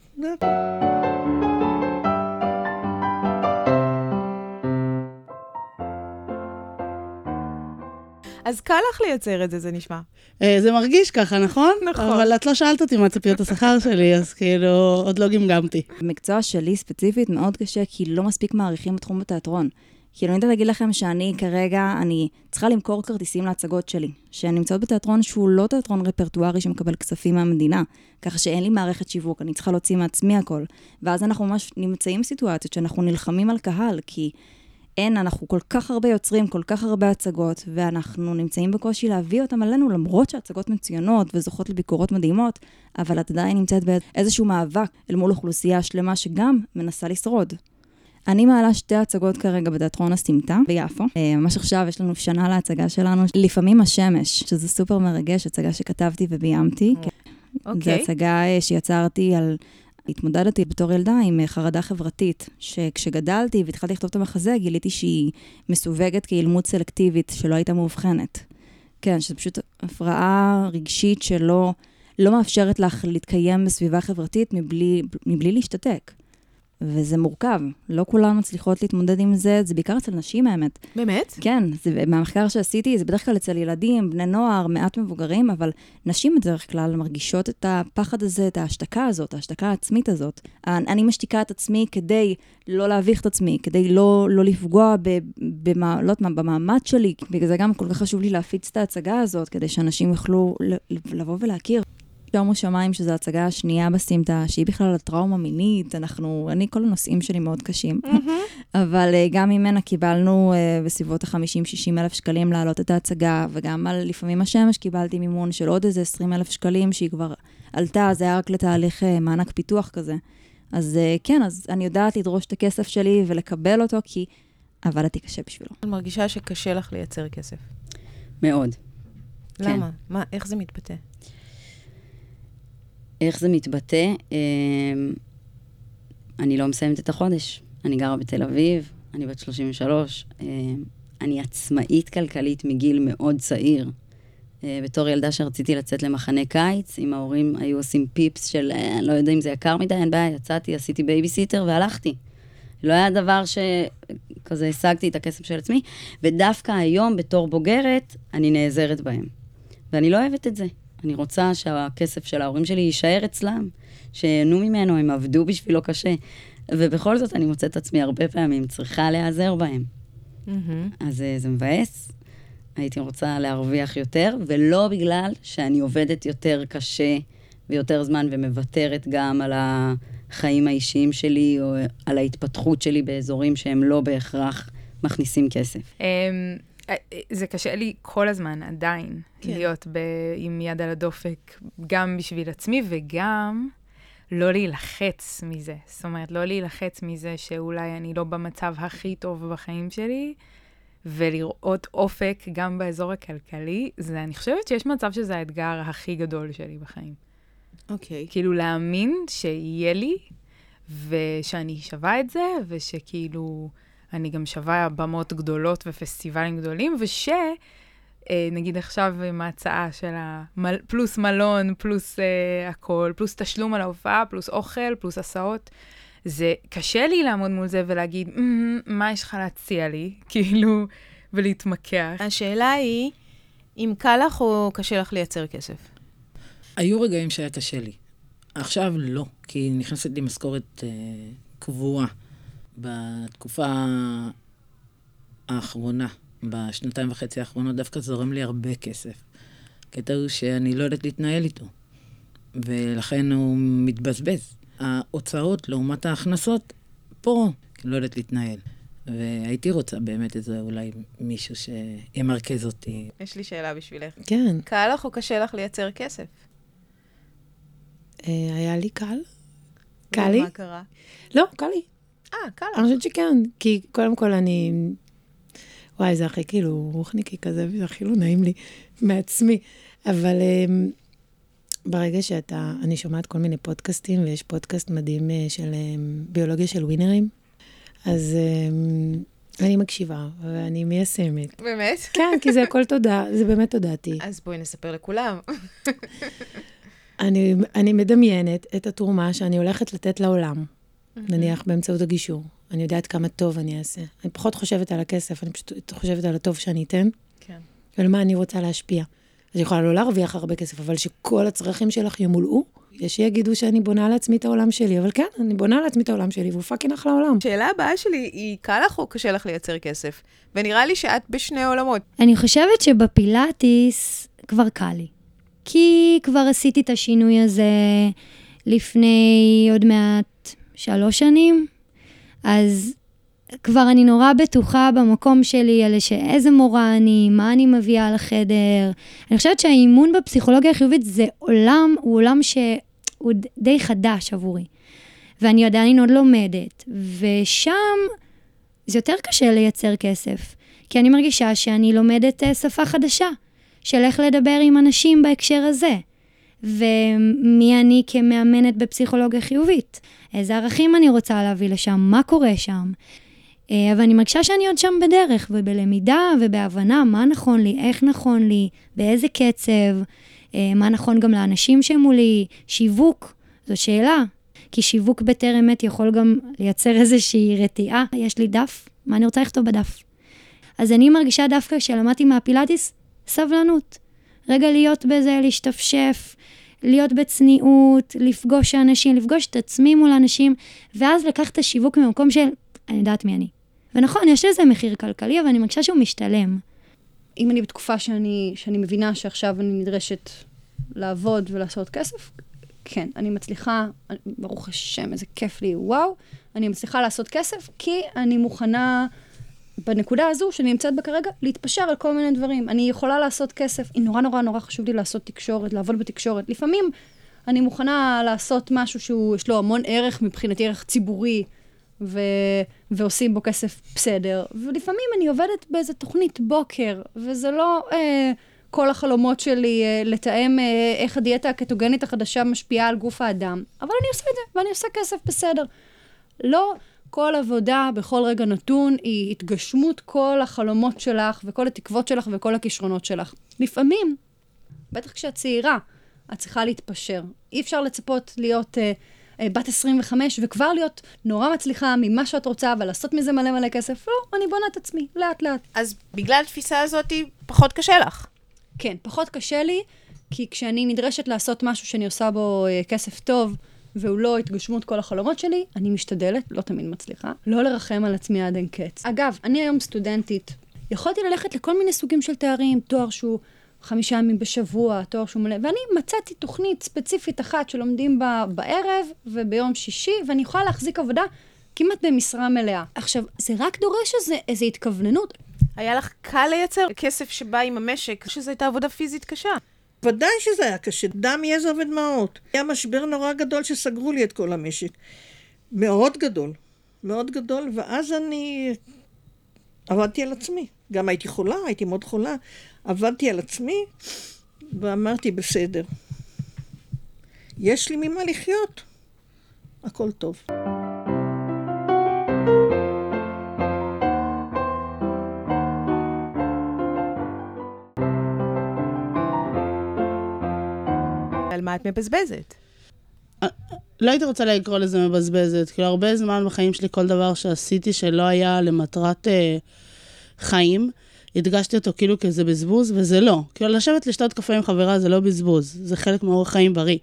אז קל לך לייצר את זה, זה נשמע. זה מרגיש ככה, נכון? נכון. אבל את לא שאלת אותי מה ציפיות השכר שלי, אז כאילו, עוד לא גמגמתי. במקצוע שלי ספציפית מאוד קשה, כי לא מספיק מעריכים בתחום בתיאטרון. כאילו, אני יודעת להגיד לכם שאני כרגע, אני צריכה למכור כרטיסים להצגות שלי, שהן נמצאות בתיאטרון שהוא לא תיאטרון רפרטוארי שמקבל כספים מהמדינה, ככה שאין לי מערכת שיווק, אני צריכה להוציא מעצמי הכל. ואז אנחנו ממש נמצאים בסיטואציות שאנחנו נלחמים על קהל, כי אנחנו כל כך הרבה יוצרים, כל כך הרבה הצגות, ואנחנו נמצאים בקושי להביא אותם עלינו, למרות שהצגות מצוינות וזוכות לביקורות מדהימות, אבל את עדיין נמצאת באיזשהו מאבק אל מול אוכלוסייה שלמה שגם מנסה לשרוד. אני מעלה 2 הצגות כרגע בתיאטרון הסמטה ביפו. ממש עכשיו יש לנו שנה להצגה שלנו, לפעמים השמש, שזה סופר מרגש, הצגה שכתבתי וביימתי. זו הצגה שיצרתי התמודדתי בתור ילדה עם חרדה חברתית, שכשגדלתי והתחלתי לכתוב את המחזה, גיליתי שהיא מסווגת כאילמות סלקטיבית שלא הייתה מאובחנת. כן, שזו פשוט הפרעה רגשית שלא מאפשרת לך להתקיים בסביבה חברתית מבלי להשתתק. וזה מורכב. לא כולן מצליחות להתמודד עם זה, זה בעיקר אצל נשים האמת. באמת? כן, מהמחקר שעשיתי, זה בדרך כלל אצל ילדים, בני נוער, מעט מבוגרים, אבל נשים בדרך כלל מרגישות את הפחד הזה, את ההשתקה הזאת, ההשתקה העצמית הזאת. אני משתיקה את עצמי כדי לא להביך את עצמי, כדי לא לפגוע במעמד שלי, בגלל זה גם כל כך חשוב לי להפיץ את ההצגה הזאת, כדי שאנשים יוכלו לבוא ולהכיר. שומו שמיים, שזו ההצגה השנייה בסמטה, שהיא בכלל הטראומה מינית, כל הנושאים שלי מאוד קשים. אבל גם ממנה קיבלנו בסביבות ה-50-60 אלף שקלים להעלות את ההצגה, וגם על לפעמים השמש קיבלתי מימון של עוד איזה 20 אלף שקלים, שהיא כבר עלתה, זה היה רק לתהליך מענק פיתוח כזה. אז כן, אז אני יודעת לדרוש את הכסף שלי ולקבל אותו, כי עבדתי קשה בשבילו. אני מרגישה שקשה לך לייצר כסף. מאוד. למה? איך זה מתבטא? איך זה מתבטא? אני לא מסיימת את החודש. אני גרה בתל אביב, אני בת 33. אני עצמאית כלכלית מגיל מאוד צעיר. בתור ילדה שרציתי לצאת למחנה קיץ, אם ההורים היו עושים פיפס של, אני לא יודע אם זה יקר מדי, אין בעיה, יצאתי, עשיתי בייביסיטר והלכתי. לא היה דבר שכזה השגתי את הכסף של עצמי, ודווקא היום בתור בוגרת, אני נעזרת בהם. ואני לא אוהבת את זה. אני רוצה שהכסף של ההורים שלי יישאר אצלם, שיהנו ממנו, הם עבדו בשבילו קשה. ובכל זאת אני מוצאת עצמי הרבה פעמים, צריכה להיעזר בהם. אז זה מבאס. הייתי רוצה להרוויח יותר, ולא בגלל שאני עובדת יותר קשה ויותר זמן ומוותרת גם על החיים האישיים שלי, או על ההתפתחות שלי באזורים שהם לא בהכרח מכניסים כסף. זה קשה לי כל הזמן, עדיין, להיות עם יד על הדופק, גם בשביל עצמי וגם לא להילחץ מזה. זאת אומרת, לא להילחץ מזה שאולי אני לא במצב הכי טוב בחיים שלי, ולראות אופק גם באזור הכלכלי, אני חושבת שיש מצב שזה האתגר הכי גדול שלי בחיים. אוקיי. כאילו להאמין שיהיה לי, ושאני שווה את זה, ושכאילו אני גם שווה במות גדולות ופסטיבלים גדולים, נגיד עכשיו עם ההצעה של פלוס מלון, פלוס הכל, פלוס תשלום על ההופעה, פלוס אוכל, פלוס הסעות. זה קשה לי לעמוד מול זה ולהגיד, מה יש לך להציע לי? כאילו, ולהתמקח. השאלה היא, אם קל לך או קשה לך לייצר כסף? היו רגעים שהיה קשה לי. עכשיו לא, כי נכנסת לי משכורת קבועה. בתקופה האחרונה, בשנתיים וחצי האחרונות, דווקא זורם לי הרבה כסף. קטע הוא שאני לא יודעת להתנהל איתו, ולכן הוא מתבזבז. ההוצאות לעומת ההכנסות, פה לא יודעת להתנהל. והייתי רוצה באמת איזה אולי מישהו שימרכז אותי. יש לי שאלה בשבילך. כן. קל לך או קשה לך לייצר כסף? היה לי קל. קל לי? מה קרה? לא, קל לי. קל. אני חושבת שכן, כי קודם כל אני... וואי, זה הכי כאילו רוחניקי כזה, וזה הכי לא נעים לי מעצמי. אבל ברגע אני שומעת כל מיני פודקאסטים, ויש פודקאסט מדהים של ביולוגיה של ווינרים, אז אני מקשיבה, ואני מיישמת. באמת? כן, כי זה הכל תודה, זה באמת תודעתי. אז בואי נספר לכולם. אני מדמיינת את התרומה שאני הולכת לתת לעולם. נניח באמצעות הגישור. אני יודעת כמה טוב אני אעשה. אני פחות חושבת על הכסף, אני פשוט חושבת על הטוב שאני אתן. כן. ועל מה אני רוצה להשפיע. אז אני יכולה לא להרוויח הרבה כסף, אבל שכל הצרכים שלך ימולאו. יש שיגידו שאני בונה לעצמי את העולם שלי, אבל כן, אני בונה לעצמי את העולם שלי, והוא פאקינג אחלה עולם. שאלה הבאה שלי היא, קל לך או קשה לך לייצר כסף? ונראה לי שאת בשני עולמות. אני חושבת שבפילאטיס כבר קל לי. כי כבר עשיתי את השינוי הזה לפני עוד מעט 3 שנים, אז כבר אני נורא בטוחה במקום שלי על שאיזה מורה אני, מה אני מביאה לחדר. אני חושבת שהאימון בפסיכולוגיה החיובית זה עולם, הוא עולם שהוא די חדש עבורי. ואני עדיין עוד לומדת, ושם זה יותר קשה לייצר כסף, כי אני מרגישה שאני לומדת שפה חדשה, של איך לדבר עם אנשים בהקשר הזה, ומי אני כמאמנת בפסיכולוגיה חיובית, איזה ערכים אני רוצה להביא לשם, מה קורה שם, אבל אני מרגישה שאני עוד שם בדרך, ובלמידה ובהבנה מה נכון לי, איך נכון לי, באיזה קצב, מה נכון גם לאנשים שמולי, שיווק, זו שאלה, כי שיווק בטר אמת יכול גם לייצר איזושהי רתיעה, יש לי דף, מה אני רוצה לכתוב בדף? אז אני מרגישה דווקא כשלמדתי מהפילאטיס, סבלנות. רגע להיות בזה, להשתפשף, להיות בצניעות, לפגוש אנשים, לפגוש את עצמי מול אנשים, ואז לקחת את השיווק ממקום של, אני יודעת מי אני. ונכון, יש לזה מחיר כלכלי, אבל אני מרגישה שהוא משתלם. אם אני בתקופה שאני מבינה שעכשיו אני נדרשת לעבוד ולעשות כסף, כן, אני מצליחה, ברוך השם, איזה כיף לי, וואו, אני מצליחה לעשות כסף, כי אני מוכנה בנקודה הזו שאני נמצאת בה כרגע, להתפשר על כל מיני דברים. אני יכולה לעשות כסף, נורא נורא נורא חשוב לי לעשות תקשורת, לעבוד בתקשורת. לפעמים אני מוכנה לעשות משהו שיש לו המון ערך, מבחינתי ערך ציבורי, ועושים בו כסף בסדר. ולפעמים אני עובדת באיזה תוכנית בוקר, וזה לא כל החלומות שלי לתאם איך הדיאטה הקטוגנית החדשה משפיעה על גוף האדם. אבל אני עושה את זה, ואני עושה כסף בסדר. לא כל עבודה בכל רגע נתון היא התגשמות כל החלומות שלך, וכל התקוות שלך, וכל הכישרונות שלך. לפעמים, בטח כשאת צעירה, את צריכה להתפשר. אי אפשר לצפות להיות בת 25, וכבר להיות נורא מצליחה ממה שאת רוצה, ולעשות מזה מלא מלא כסף. לא, אני בונה את עצמי, לאט לאט. אז בגלל התפיסה הזאת, פחות קשה לך. כן, פחות קשה לי, כי כשאני נדרשת לעשות משהו שאני עושה בו כסף טוב, והוא לא התגשמות כל החלומות שלי, אני משתדלת, לא תמיד מצליחה, לא לרחם על עצמי עד אין קץ. אגב, אני היום סטודנטית, יכולתי ללכת לכל מיני סוגים של תארים, תואר שהוא 5 ימים בשבוע, תואר שהוא מלא, ואני מצאתי תוכנית ספציפית אחת שלומדים בה בערב וביום שישי, ואני יכולה להחזיק עבודה כמעט במשרה מלאה. עכשיו, זה רק דורש איזו התכווננות. היה לך קל לייצר כסף שבא עם המשק, שזו הייתה עבודה פיזית קשה. ודאי שזה היה קשה, דם יזע ודמעות. היה משבר נורא גדול שסגרו לי את כל המשק. מאוד גדול, מאוד גדול, ואז אני עבדתי על עצמי. גם הייתי חולה, הייתי מאוד חולה. עבדתי על עצמי, ואמרתי, בסדר. יש לי ממה לחיות. הכל טוב. על מה את מבזבזת? לא הייתי רוצה לקרוא לזה מבזבזת, כאילו הרבה זמן בחיים שלי כל דבר שעשיתי שלא היה למטרת חיים, הדגשתי אותו כאילו כאיזה בזבוז, וזה לא. כאילו לשבת לשתות קפה עם חברה זה לא בזבוז, זה חלק מאורח חיים בריא.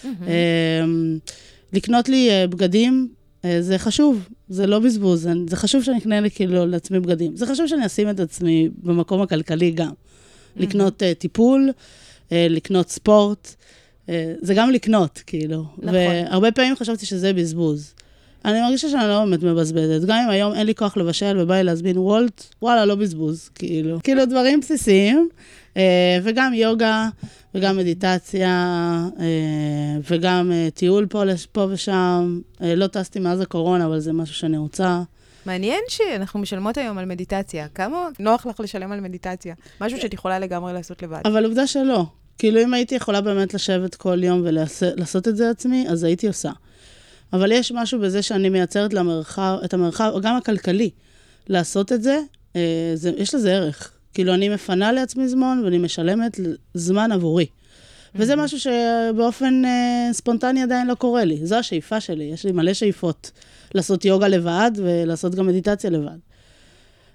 לקנות לי בגדים, זה חשוב, זה לא בזבוז, זה חשוב שאני אקנה לי כאילו לעצמי בגדים, זה חשוב שאני אשים את עצמי במקום הכלכלי גם. לקנות טיפול, לקנות ספורט, זה גם לקנות, כאילו. נכון. והרבה פעמים חשבתי שזה בזבוז. אני מרגישה שאני לא באמת מבזבזת. גם אם היום אין לי כוח לבשל ובא לי להזמין וולט, וואלה, לא בזבוז, כאילו. כאילו דברים בסיסיים, וגם יוגה, וגם מדיטציה, וגם טיול פה ושם. לא טסתי מאז הקורונה, אבל זה משהו שאני רוצה. מעניין שאנחנו משלמות היום על מדיטציה. כמה נוח לך לשלם על מדיטציה? משהו שאת יכולה לגמרי לעשות לבד. אבל עובדה שלא. כאילו אם הייתי יכולה באמת לשבת כל יום ולעשות את זה עצמי, אז הייתי עושה. אבל יש משהו בזה שאני מייצרת את המרחב, גם הכלכלי, לעשות את זה, יש לזה ערך. כאילו אני מפנה לעצמי זמן, ואני משלמת זמן עבורי. וזה משהו שבאופן ספונטני עדיין לא קורה לי. זו השאיפה שלי, יש לי מלא שאיפות. לעשות יוגה לבד, ולעשות גם מדיטציה לבד.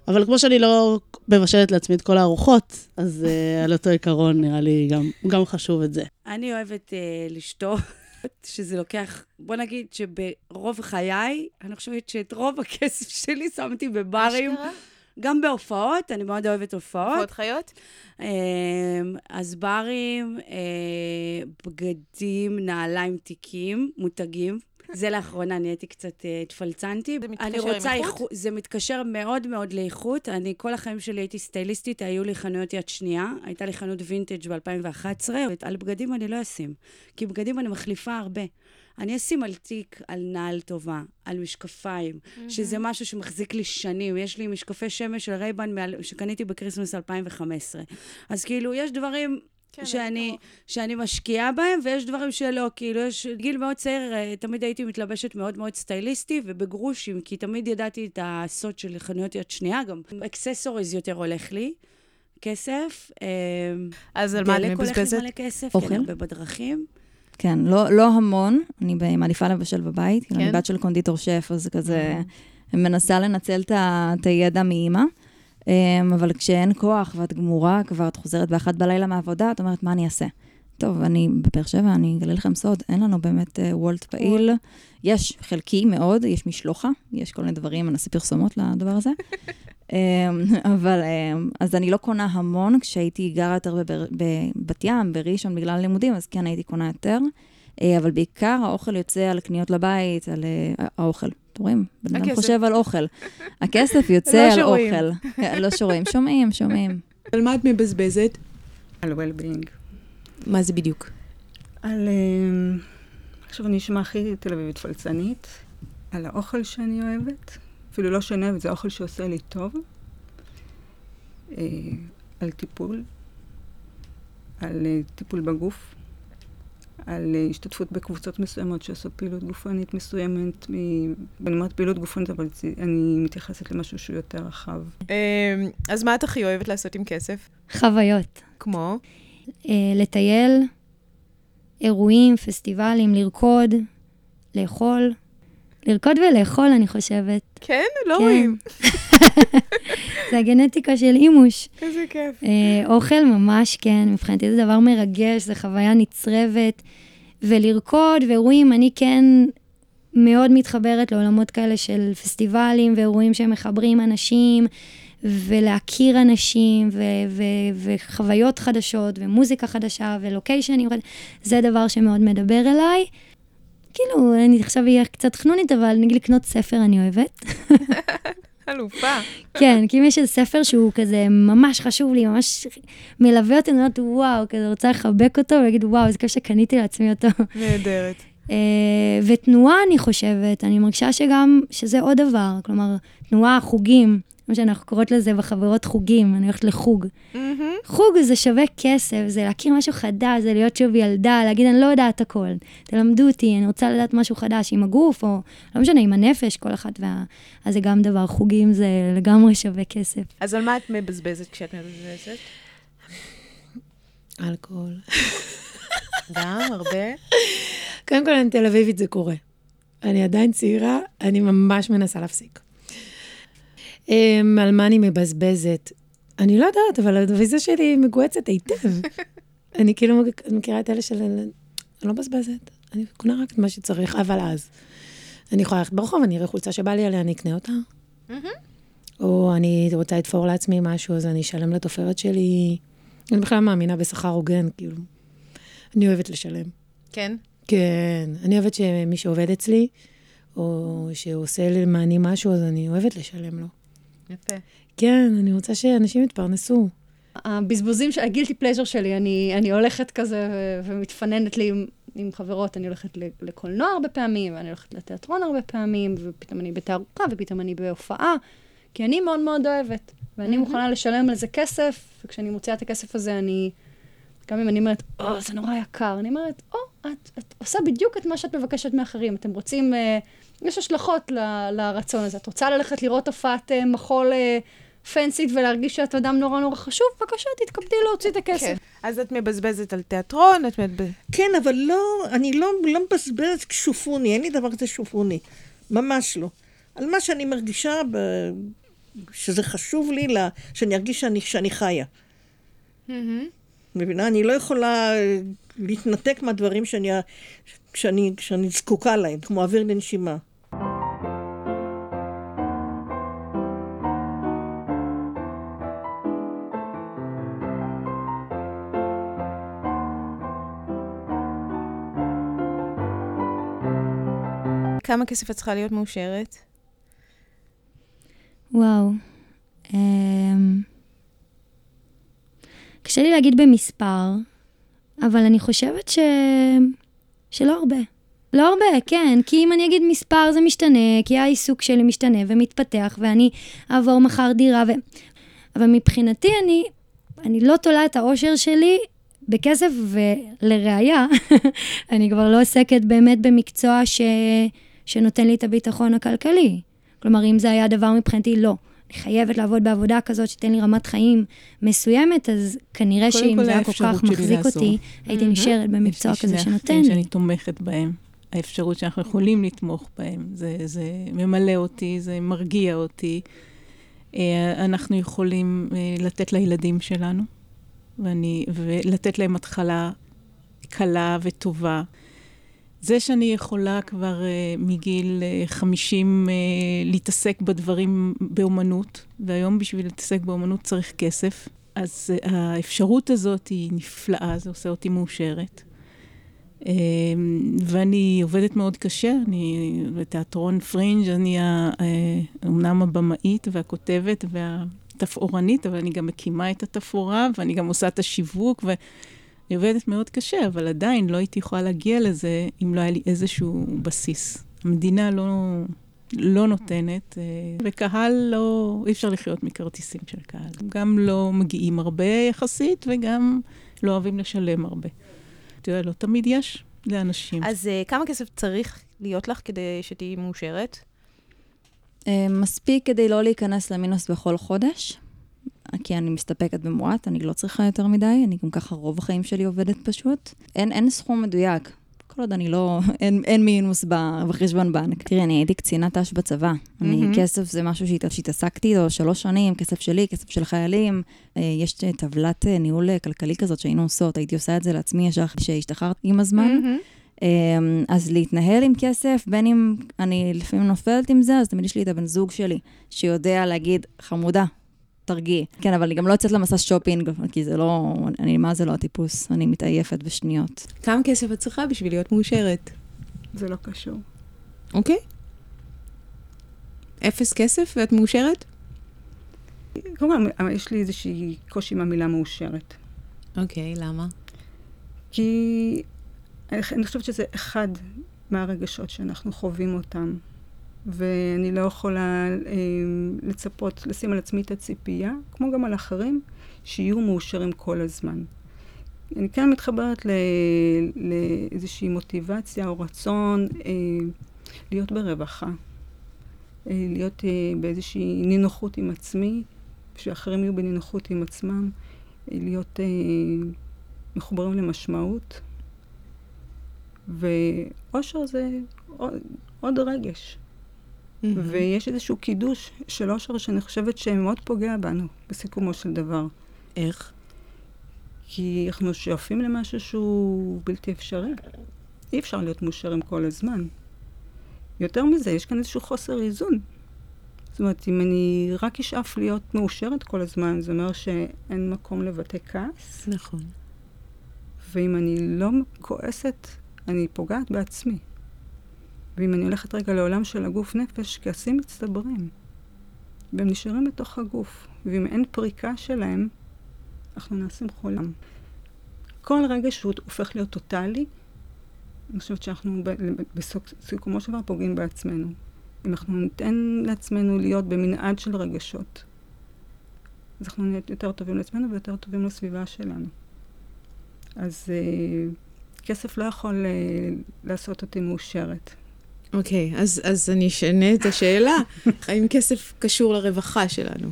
אבל כמו שאני לא מבשלת לעצמי את כל הארוחות, אז על אותו עיקרון נראה לי גם חשוב את זה. אני אוהבת לשתות, שזה לוקח, בוא נגיד שברוב חיי, אני חושבת שאת רוב הכסף שלי שמתי בברים. גם בהופעות, אני מאוד אוהבת הופעות. הופעות חיות? אז ברים, בגדים, נעליים, תיקים, מותגים. זה לאחרונה, נהייתי קצת התפלצנתי. זה מתקשר עם איכות? זה מתקשר מאוד מאוד לאיכות. אני כל החיים שלי הייתי סטייליסטית, היו לי חנויות יד שנייה, הייתה לי חנות וינטג' ב-2011, על בגדים אני לא אשים, כי בגדים אני מחליפה הרבה. אני אשים על תיק, על נעל טובה, על משקפיים, שזה משהו שמחזיק לי שנים. יש לי משקפי שמש של רייבן שקניתי בקריסמס 2015. אז כאילו, יש דברים שאני משקיעה בהם, ויש דברים שלא. כאילו, יש גיל מאוד צעיר, תמיד הייתי מתלבשת מאוד מאוד סטייליסטי, ובגרושים, כי תמיד ידעתי את הסוד של חנויות יד שנייה, גם אקססוריז יותר הולך לי. כסף. אז על מה את מבזבזת? דלק הולך לי מלא כסף, כן, הרבה בדרכים. כן, לא המון, אני מעדיפה לבשל בבית, אני בת של קונדיטור שף, אז כזה מנסה לנצל את הידע מאמא, אבל כשאין כוח ואת גמורה, כבר את חוזרת באחת בלילה מהעבודה, את אומרת, מה אני אעשה? טוב, אני בבאר שבע, אני אגלה לכם סוד, אין לנו באמת וולט פעיל, יש חלקי מאוד, יש משלוחה, יש כל מיני דברים, אני אעשה פרסומות לדבר הזה, אבל, אז אני לא קונה המון, כשהייתי גרה יותר בבת ים, בראשון, בגלל לימודים, אז כן הייתי קונה יותר, אבל בעיקר האוכל יוצא על קניות לבית, על האוכל. אתם רואים? בן אדם חושב על אוכל. הכסף יוצא על אוכל. לא שומעים, שומעים. על מה את מבזבזת? על well-being. מה זה בדיוק? על... עכשיו אני אשמע הכי תל אביבית פלצנית, על האוכל שאני אוהבת. אפילו לא שאני אוהבת, זה האוכל שעושה לי טוב. על טיפול. על טיפול בגוף. על השתתפות בקבוצות מסוימות שעושות פעילות גופנית מסוימת. אני אומרת פעילות גופנית, אבל אני מתייחסת למשהו שהוא יותר רחב. אז מה את הכי אוהבת לעשות עם כסף? חוויות. כמו? לטייל, אירועים, פסטיבלים, לרקוד, לאכול. לרקוד ולאכול, אני חושבת. כן? לא רואים. זה הגנטיקה של אימוש. איזה כיף. אוכל ממש, כן. מבחינתי זה דבר מרגש, זה חוויה נצרבת. ולרקוד ואירועים, אני כן מאוד מתחברת לעולמות כאלה של פסטיבלים ואירועים שמחברים אנשים, ולהכיר אנשים, וחוויות חדשות, ומוזיקה חדשה, ולוקיישנים. זה דבר שמאוד מדבר אליי. כאילו, אני עכשיו אהיה קצת חנונית, אבל נגיד לקנות ספר אני אוהבת. אלופה. כן, כי אם יש איזה ספר שהוא כזה ממש חשוב לי, ממש מלווה אותי, אני אומרת, וואו, כזה רוצה לחבק אותו, ולהגיד, וואו, זה כיף שקניתי לעצמי אותו. נהדרת. ותנועה, אני חושבת, אני מרגישה שגם, שזה עוד דבר, כלומר, תנועה, חוגים, כמו שאנחנו קוראות לזה בחברות חוגים, אני הולכת לחוג. חוג זה שווה כסף, זה להכיר משהו חדש, זה להיות שוב ילדה, להגיד, אני לא יודעת הכל. תלמדו אותי, אני רוצה לדעת משהו חדש עם הגוף, או לא משנה, עם הנפש, כל אחת. אז זה גם דבר, חוגים זה לגמרי שווה כסף. אז על מה את מבזבזת כשאת מבזבזת? אלכוהול. גם, הרבה? קודם כל, אני תל אביבית, זה קורה. אני עדיין צעירה, אני ממש מנסה להפסיק. על מה אני מבזבזת? אני לא יודעת, אבל הדוויזה שלי מגועצת היטב. אני כאילו מכירה את אלה של... אני לא מבזבזת. אני קונה רק את מה שצריך, אבל אז. אני יכולה ללכת ברחוב, אני אראה חולצה שבא לי עליה, אני אקנה אותה. או אני רוצה לתפור לעצמי משהו, אז אני אשלם לתופרת שלי. אני בכלל מאמינה בשכר הוגן, כאילו. אני אוהבת לשלם. כן? כן. אני אוהבת שמי שעובד אצלי, או שעושה למעני משהו, אז אני אוהבת לשלם לו. יפה. כן, אני רוצה שאנשים יתפרנסו. הבזבוזים, הגילטי פלז'ר שלי, אני הולכת כזה ומתפננת לי עם חברות, אני הולכת לקולנוע הרבה פעמים, ואני הולכת לתיאטרון הרבה פעמים, ופתאום אני בתערוכה, ופתאום אני בהופעה, כי אני מאוד מאוד אוהבת, ואני מוכנה לשלם על זה כסף, וכשאני מוציאה את הכסף הזה, גם אם אני אומרת, זה נורא יקר, אני אומרת, את עושה בדיוק את מה שאת מבקשת מאחרים, אתם רוצים, יש השלכות לרצון הזה, את רוצה ללכת לראות הופעת מחול פנסית ולהרגיש שאת אדם נורא נורא חשוב, בבקשה, תתכבדי להוציא את הכסף. כן. אז את מבזבזת על תיאטרון, כן, אבל לא, אני לא מבזבזת כשופוני, אין לי דבר כזה שופוני, ממש לא. על מה שאני מרגישה שזה חשוב לי, שאני ארגיש שאני חיה. מבינה? אני לא יכולה להתנתק מהדברים שאני זקוקה להם, כמו אוויר לנשימה. כמה כסף את צריכה להיות מאושרת? וואו. קשה לי להגיד במספר, אבל אני חושבת שלא הרבה. לא הרבה, כן, כי אם אני אגיד מספר זה משתנה, כי העיסוק שלי משתנה ומתפתח, ואני אעבור מחר דירה, אבל מבחינתי אני לא תולה את האושר שלי בכסף, ולראיה, אני כבר לא עוסקת באמת במקצוע שנותן לי את הביטחון הכלכלי. כלומר, אם זה היה דבר מבחינתי, לא. אני חייבת לעבוד בעבודה כזאת שתיתן לי רמת חיים מסוימת, אז כנראה שאם זה היה כל כך מחזיק אותי, הייתי נשארת במקצוע כזה שנותן לי. שאני תומכת בהם. האפשרות שאנחנו יכולים לתמוך בהם. זה ממלא אותי, זה מרגיע אותי. אנחנו יכולים לתת לילדים שלנו, ולתת להם התחלה קלה וטובה. זה שאני יכולה כבר מגיל 50 להתעסק בדברים באומנות, והיום בשביל להתעסק באומנות צריך כסף, אז האפשרות הזאת היא נפלאה, זה עושה אותי מאושרת. ואני עובדת מאוד קשה, אני בתיאטרון פרינג', אני אמנם הבמאית והכותבת והתפאורנית, אבל אני גם מקימה את התפאורה, ואני גם עושה את השיווק, אני עובדת מאוד קשה, אבל עדיין לא הייתי יכולה להגיע לזה אם לא היה לי איזשהו בסיס. המדינה לא נותנת, וקהל אי אפשר לחיות מכרטיסים של קהל. גם לא מגיעים הרבה יחסית, וגם לא אוהבים לשלם הרבה. תראה, לא תמיד יש לאנשים. אז כמה כסף צריך להיות לך כדי שתהיי מאושרת? מספיק כדי לא להיכנס למינוס בכל חודש. כי אני מסתפקת במועט, אני לא צריכה יותר מדי, אני גם ככה רוב החיים שלי עובדת פשוט. אין סכום מדויק, כל עוד אני לא, אין מינוס בחשבון בנק. תראי, אני הייתי קצינת ת"ש בצבא. כסף זה משהו שהתעסקתי או 3 שנים, כסף שלי, כסף של חיילים. יש טבלת ניהול כלכלי כזאת שהיינו עושות, הייתי עושה את זה לעצמי ישר שהשתחררתי עם הזמן. אז להתנהל עם כסף, בין אם אני לפעמים נופלת עם זה, אז תמיד יש לי את הבן זוג שלי, שיודע להגיד, חמודה, תרגיעי. כן, אבל אני גם לא יוצאת למסע שופינג, כי זה לא, מה זה לא הטיפוס, אני מתעייפת בשניות. כמה כסף את צריכה בשביל להיות מאושרת? זה לא קשור. אוקיי. 0 כסף ואת מאושרת? קודם כל, יש לי איזושהי קושי עם המילה מאושרת. אוקיי, למה? כי אני חושבת שזה אחד מהרגשות שאנחנו חווים אותם. ואני לא יכולה לצפות, לשים על עצמי את הציפייה, כמו גם על אחרים, שיהיו מאושרים כל הזמן. אני כאן מתחברת לאיזושהי מוטיבציה או רצון להיות ברווחה, להיות באיזושהי נינוחות עם עצמי, שאחרים יהיו בנינוחות עם עצמם, להיות מחוברים למשמעות. ואושר זה עוד רגש. ויש איזשהו קידוש של אושר שאני חושבת שמאוד פוגע בנו, בסיכומו של דבר. איך? כי אנחנו שואפים למשהו שהוא בלתי אפשרי. אי אפשר להיות מאושרים כל הזמן. יותר מזה, יש כאן איזשהו חוסר איזון. זאת אומרת, אם אני רק אשאף להיות מאושרת כל הזמן, זה אומר שאין מקום לבטא כעס. נכון. ואם אני לא כועסת, אני פוגעת בעצמי. ואם אני הולכת רגע לעולם של הגוף נפש, כעסים מצטברים. והם נשארים בתוך הגוף. ואם אין פריקה שלהם, אנחנו נעשים חולם. כל רגע שהוא הופך להיות טוטלי, אני חושבת שאנחנו בסיכומו של דבר פוגעים בעצמנו. אם אנחנו ניתן לעצמנו להיות במנעד של רגשות, אז אנחנו נהיה יותר טובים לעצמנו ויותר טובים לסביבה שלנו. אז כסף לא יכול לעשות אותי מאושרת. אוקיי, אז אני אשנה את השאלה. האם כסף קשור לרווחה שלנו?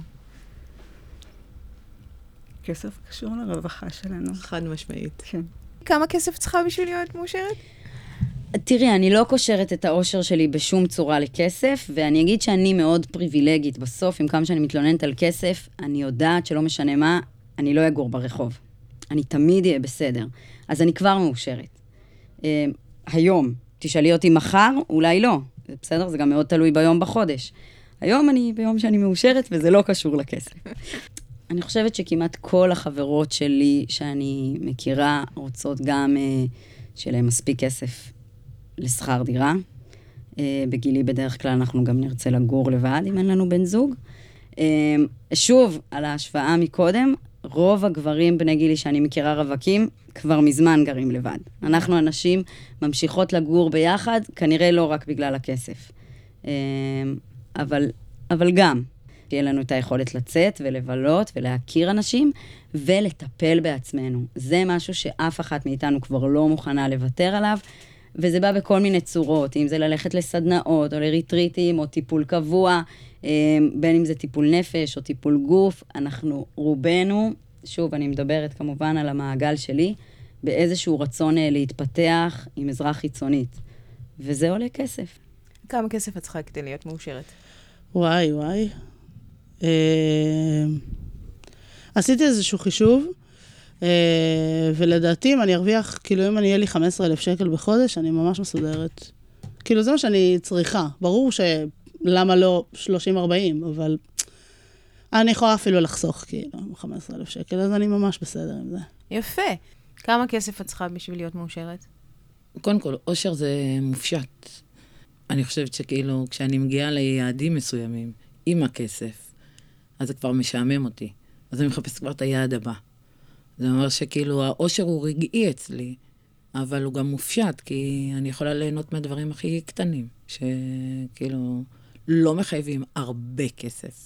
כסף קשור לרווחה שלנו. חד משמעית. כן. כמה כסף צריכה בשביל להיות מאושרת? תראי, אני לא קושרת את האושר שלי בשום צורה לכסף, ואני אגיד שאני מאוד פריבילגית. בסוף, עם כמה שאני מתלוננת על כסף, אני יודעת שלא משנה מה, אני לא אגור ברחוב. אני תמיד אהיה בסדר. אז אני כבר מאושרת. היום, תשאלי אותי מחר, אולי לא. בסדר? זה גם מאוד תלוי ביום בחודש. היום אני ביום שאני מאושרת, וזה לא קשור לכסף. אני חושבת שכמעט כל החברות שלי שאני מכירה רוצות גם שלהם מספיק כסף לשכר דירה. בגילי בדרך כלל אנחנו גם נרצה לגור לבד, אם אין לנו בן זוג. שוב, על ההשוואה מקודם, רוב הגברים בני גילי שאני מכירה רווקים, כבר מזמן גרים לבד. אנחנו אנשים ממשיכות לגור ביחד, כנראה לא רק בגלל הכסף. אבל גם, תהיה לנו את היכולת לצאת ולבלות ולהכיר אנשים ולטפל בעצמנו. זה משהו שאף אחת מאיתנו כבר לא מוכנה לוותר עליו, וזה בא בכל מיני צורות, אם זה ללכת לסדנאות או לריטריטים או טיפול קבוע, בין אם זה טיפול נפש או טיפול גוף, אנחנו רובנו, שוב אני מדברת כמובן על המעגל שלי, באיזשהו רצון להתפתח עם עזרה חיצונית. וזה עולה כסף. כמה כסף את צריכה כדי להיות מאושרת? וואי. עשיתי איזשהו חישוב, ולדעתי אם אני ארוויח, כאילו אם אני אהיה לי 15,000 שקל בחודש, אני ממש מסודרת. כאילו זה מה שאני צריכה. ברור שלמה לא 30-40, אבל אני יכולה אפילו לחסוך, כאילו, 15,000 שקל, אז אני ממש בסדר עם זה. יפה. כמה כסף את צריכה בשביל להיות מאושרת? קודם כל, אושר זה מופשט. אני חושבת שכאילו, כשאני מגיעה ליעדים מסוימים, עם הכסף, אז זה כבר משעמם אותי. אז אני מחפש כבר את היעד הבא. זה אומר שכאילו, האושר הוא רגעי אצלי, אבל הוא גם מופשט, כי אני יכולה ליהנות מהדברים הכי קטנים, שכאילו לא מחייבים הרבה כסף.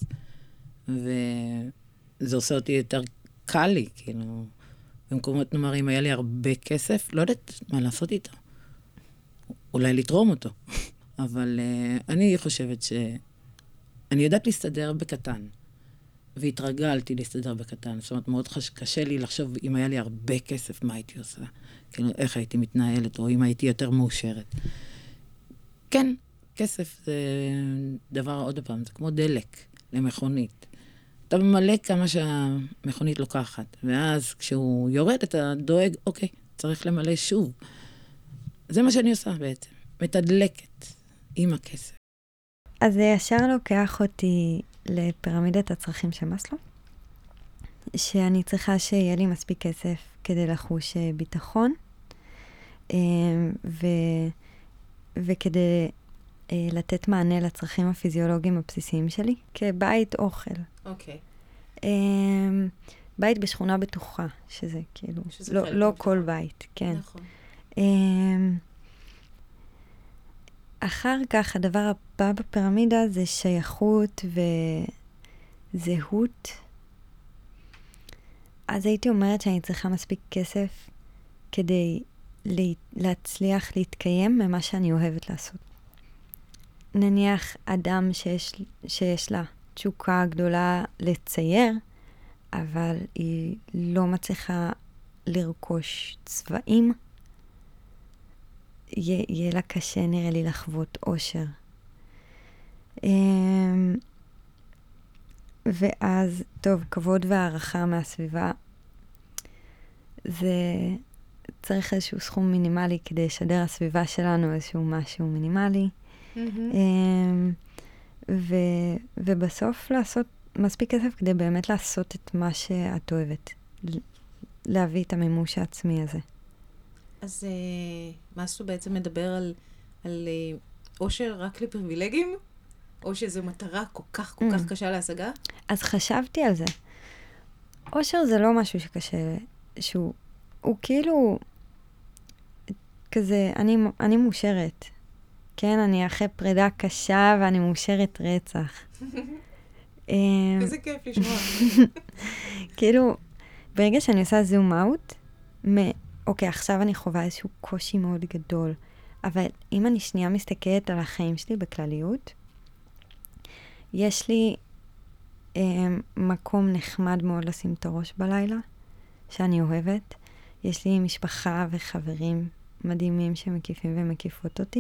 וזה עושה אותי יותר קל לי, כאילו, במקומות נאמר, אם היה לי הרבה כסף, לא יודעת מה לעשות איתו. אולי לתרום אותו. אבל אני חושבת שאני יודעת להסתדר בקטן, והתרגלתי להסתדר בקטן. זאת אומרת, מאוד קשה לי לחשוב אם היה לי הרבה כסף, מה הייתי עושה? כאילו, איך הייתי מתנהלת, או אם הייתי יותר מאושרת. כן, כסף זה דבר, עוד פעם, זה כמו דלק למכונית. אתה ממלא כמה שהמכונית לוקחת, ואז כשהוא יורד, אתה דואג, אוקיי, צריך למלא שוב. זה מה שאני עושה בעצם, מתדלקת עם הכסף. אז זה ישר לוקח אותי לפירמידת הצרכים של מאסלו, שאני צריכה שיהיה לי מספיק כסף כדי לחוש ביטחון, וכדי לתת מענה לצרכים הפיזיולוגיים הבסיסיים שלי, כבית אוכל. אוקיי. בית בשכונה בטוחה, שזה כאילו, לא כל בית, כן. נכון. אחר כך, הדבר הבא בפירמידה זה שייכות וזהות. אז הייתי אומרת שאני צריכה מספיק כסף כדי להצליח להתקיים ממה שאני אוהבת לעשות. נניח אדם שיש לה תשוקה גדולה לצייר, אבל היא לא מצליחה לרכוש צבעים, יהיה לה קשה נראה לי לחוות אושר. ואז, טוב, כבוד והערכה מהסביבה, זה צריך איזשהו סכום מינימלי כדי לשדר הסביבה שלנו איזשהו משהו מינימלי. ובסוף לעשות מספיק כסף כדי באמת לעשות את מה שאת אוהבת. להביא את המימוש העצמי הזה. אז מאסלו בעצם מדבר על אושר רק לפריבילגים? או שזו מטרה כל כך קשה להשגה? אז חשבתי על זה. אושר זה לא משהו שקשה, הוא כאילו כזה, אני מאושרת. כן, אני אחרי פרידה קשה ואני מאושרת רצח. איזה כיף לשמוע. כאילו, ברגע שאני עושה זום אאוט, אוקיי, עכשיו אני חווה איזשהו קושי מאוד גדול, אבל אם אני שנייה מסתכלת על החיים שלי בכלליות, יש לי מקום נחמד מאוד לשים את הראש בלילה, שאני אוהבת. יש לי משפחה וחברים מדהימים שמקיפים ומקיפות אותי.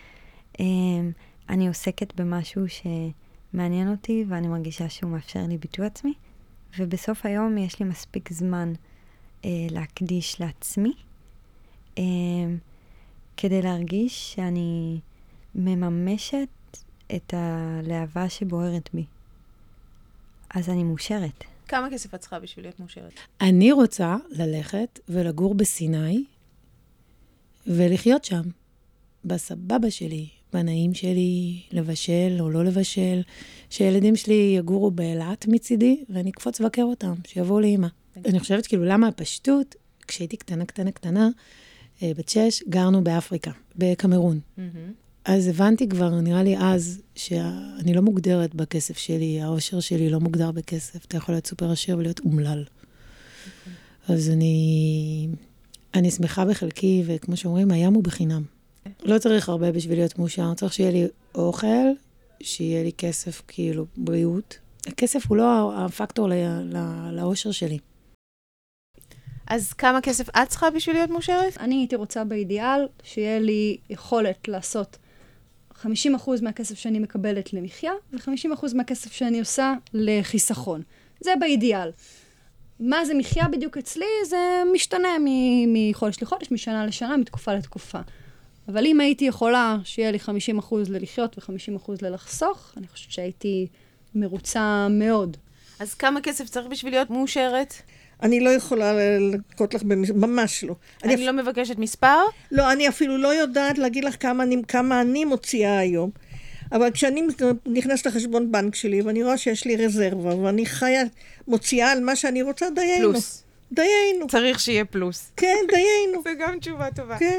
אני עוסקת במשהו שמעניין אותי, ואני מרגישה שהוא מאפשר לי ביטוי עצמי, ובסוף היום יש לי מספיק זמן להקדיש לעצמי, כדי להרגיש שאני מממשת את הלהבה שבוערת בי. אז אני מאושרת. כמה כסף את צריכה בשביל להיות מאושרת? אני רוצה ללכת ולגור בסיני, ולחיות שם, בסבבה שלי, בנעים שלי, לבשל או לא לבשל, שילדים שלי יגורו באילת מצידי, ואני אקפוץ לבקר אותם, שיבואו לאמא. אני חושבת כאילו למה הפשטות, כשהייתי קטנה, בת 6, גרנו באפריקה, בקמרון. אז הבנתי כבר, נראה לי אז, שאני לא מוגדרת בכסף שלי, העושר שלי לא מוגדר בכסף. אתה יכול להיות סופר עשיר ולהיות אומלל. אז אני שמחה בחלקי, וכמו שאומרים, הים הוא בחינם. לא צריך הרבה בשביל להיות מאושר, צריך שיהיה לי אוכל, שיהיה לי כסף, כאילו, בריאות. הכסף הוא לא הפקטור לעושר שלי. אז כמה כסף את צריכה בשביל להיות מאושרת? אני הייתי רוצה באידיאל שיהיה לי יכולת לעשות 50% מהכסף שאני מקבלת למחיה, ו50% מהכסף שאני עושה לחיסכון. זה באידיאל. מה זה מחיה בדיוק אצלי? זה משתנה מחודש לחודש, משנה לשנה, מתקופה לתקופה. אבל אם הייתי יכולה שיהיה לי 50% ללחיות ו50% ללחסוך, אני חושבת שהייתי מרוצה מאוד. אז כמה כסף צריך בשביל להיות מאושרת? אני לא יכולה לקרות לך, ממש לא. אני לא מבקשת מספר? לא, אני אפילו לא יודעת להגיד לך כמה אני מוציאה היום. אבל כשאני נכנסת לחשבון בנק שלי, ואני רואה שיש לי רזרבה, ואני מוציאה על מה שאני רוצה, דיינו. פלוס. דיינו. צריך שיהיה פלוס. כן, דיינו. זה גם תשובה טובה. כן.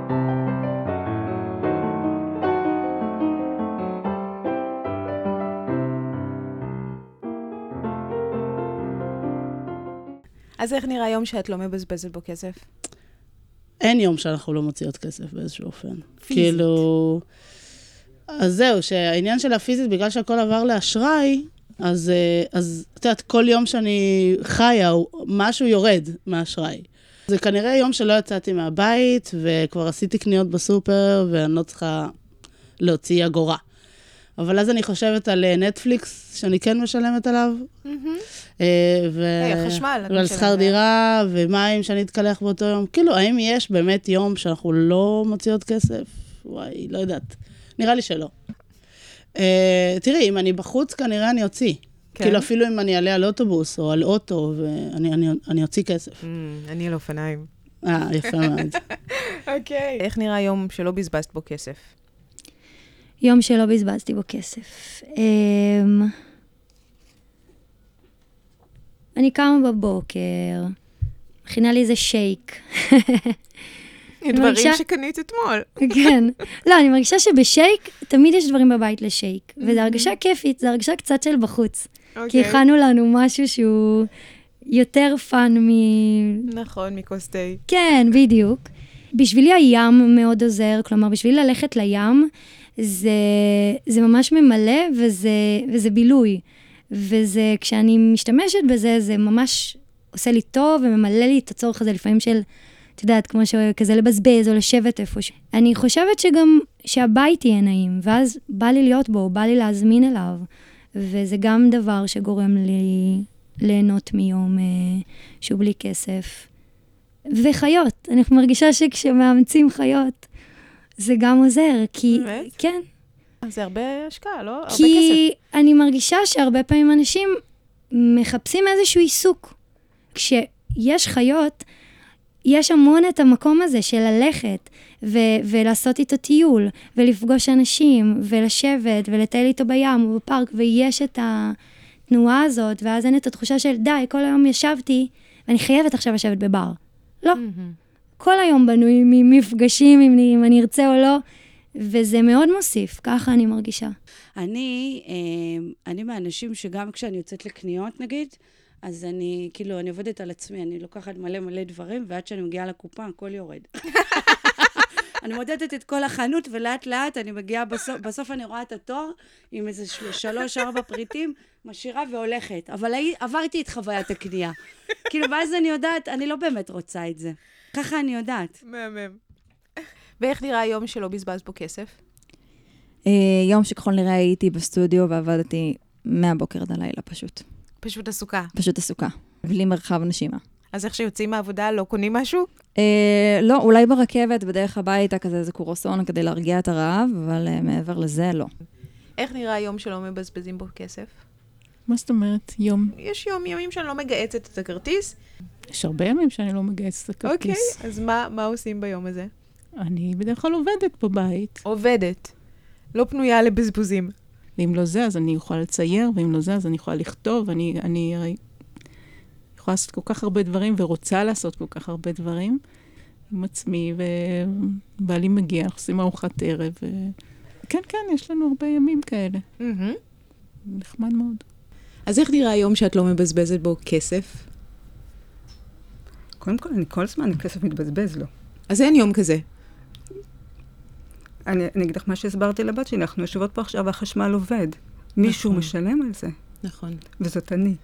אז איך נראה יום שאת לא מבזבזת בו כסף? אין יום שאנחנו לא מוציאות כסף באיזשהו אופן. פיזית. כאילו... אז זהו, שהעניין של הפיזית, בגלל שהכל עבר לאשראי, אז את יודעת, כל יום שאני חיה, משהו יורד מהאשראי. זה כנראה יום שלא יצאתי מהבית, וכבר עשיתי קניות בסופר, ואני לא צריכה להוציא אגורה. אבל אז אני חושבת על נטפליקס, שאני כן משלמת עליו. חשמל. ועל שכר דירה, ומים שאני אתקלח באותו יום. כאילו, האם יש באמת יום שאנחנו לא מוציאות כסף? וואי, לא יודעת. נראה לי שלא. תראי, אם אני בחוץ, כנראה אני אוציא. כאילו, אפילו אם אני אעלה על אוטובוס או על אוטו, ואני אוציא כסף. אני על אופניים. יפה מאוד. אוקיי. איך נראה יום שלא בזבזת בו כסף? יום שלא בזבזתי בו כסף. אני קמה בבוקר, מכינה לי איזה שייק. דברים שקנית אתמול. כן. לא, אני מרגישה שבשייק, תמיד יש דברים בבית לשייק. וזו הרגשה כיפית, זו הרגשה קצת של בחוץ. כי הכנו לנו משהו שהוא יותר פן נכון, מכוס תה. כן, בדיוק. בשבילי הים מאוד עוזר, כלומר, בשביל ללכת לים, זה ממש ממלא וזה בילוי. וזה, כשאני משתמשת בזה, זה ממש עושה לי טוב וממלא לי את הצורך הזה לפעמים של, את יודעת, כמו שכזה לבזבז או לשבת איפשהו. אני חושבת שגם שהבית יהיה נעים, ואז בא לי להיות בו, בא לי להזמין אליו. וזה גם דבר שגורם לי ליהנות מיום שהוא בלי כסף. וחיות. אני מרגישה שכשמאמצים חיות, זה גם עוזר, כי... באמת? כן. זה הרבה השקעה, לא? הרבה כסף. כי אני מרגישה שהרבה פעמים אנשים מחפשים איזשהו עיסוק. כשיש חיות, יש המון את המקום הזה של ללכת ולעשות איתו טיול, ולפגוש אנשים, ולשבת, ולטייל איתו בים או בפארק, ויש את התנועה הזאת, ואז אין את התחושה של די, כל היום ישבתי, ואני חייבת עכשיו לשבת בבר. לא. כל היום בנוי ממפגשים, אם אני ארצה או לא, וזה מאוד מוסיף, ככה אני מרגישה. אני מהאנשים שגם כשאני יוצאת לקניות, נגיד, אז אני עובדת על עצמי, אני לוקחת מלא דברים, ועד שאני מגיעה לקופה, הכל יורד. אני מודדת את כל החנות, ולאט לאט אני מגיעה בסוף אני רואה את התור, עם איזה 3-4 פריטים, משאירה והולכת. אבל עברתי את חוויית הקנייה. כאילו, ואז אני יודעת, אני לא באמת רוצה את זה. ככה אני יודעת. מהמם. ואיך נראה היום שלא בזבז בו כסף? יום שככל נראה הייתי בסטודיו ועבדתי מהבוקר עד הלילה פשוט. פשוט עסוקה. פשוט עסוקה, בלי מרחב נשימה. אז איך שיוצאים מהעבודה לא קונים משהו? לא, אולי ברכבת, בדרך הביתה, כזה איזה קורסון כדי להרגיע את הרעב, אבל מעבר לזה לא. איך נראה היום שלא מבזבזים בו כסף? מה זאת אומרת? יום? יש ימים שאני לא מגייצת את הכרטיס. יש הרבה ימים שאני לא מגייצת את הכרטיס. אוקיי, אז מה עושים ביום הזה? אני בדרך כלל עובדת בבית. עובדת. לא פנויה לבזבוזים. ואם לא זה, אז אני יכולה לצייר, ואם לא זה, אז אני יכולה לכתוב. אני יכולה לעשות כל כך הרבה דברים, ורוצה לעשות כל כך הרבה דברים עם עצמי, ובעלי מגיע, אנחנו עושים ארוחת ערב. כן, יש לנו הרבה ימים כאלה. נחמד מאוד. אז איך נראה היום שאת לא מבזבזת בו כסף? קודם כל, אני כל הזמן כסף מתבזבז לו. אז אין יום כזה. אני אגיד לך מה שהסברתי לבת שלי, אנחנו יושבות פה עכשיו והחשמל עובד. מישהו משלם על זה. נכון. וזאת אני.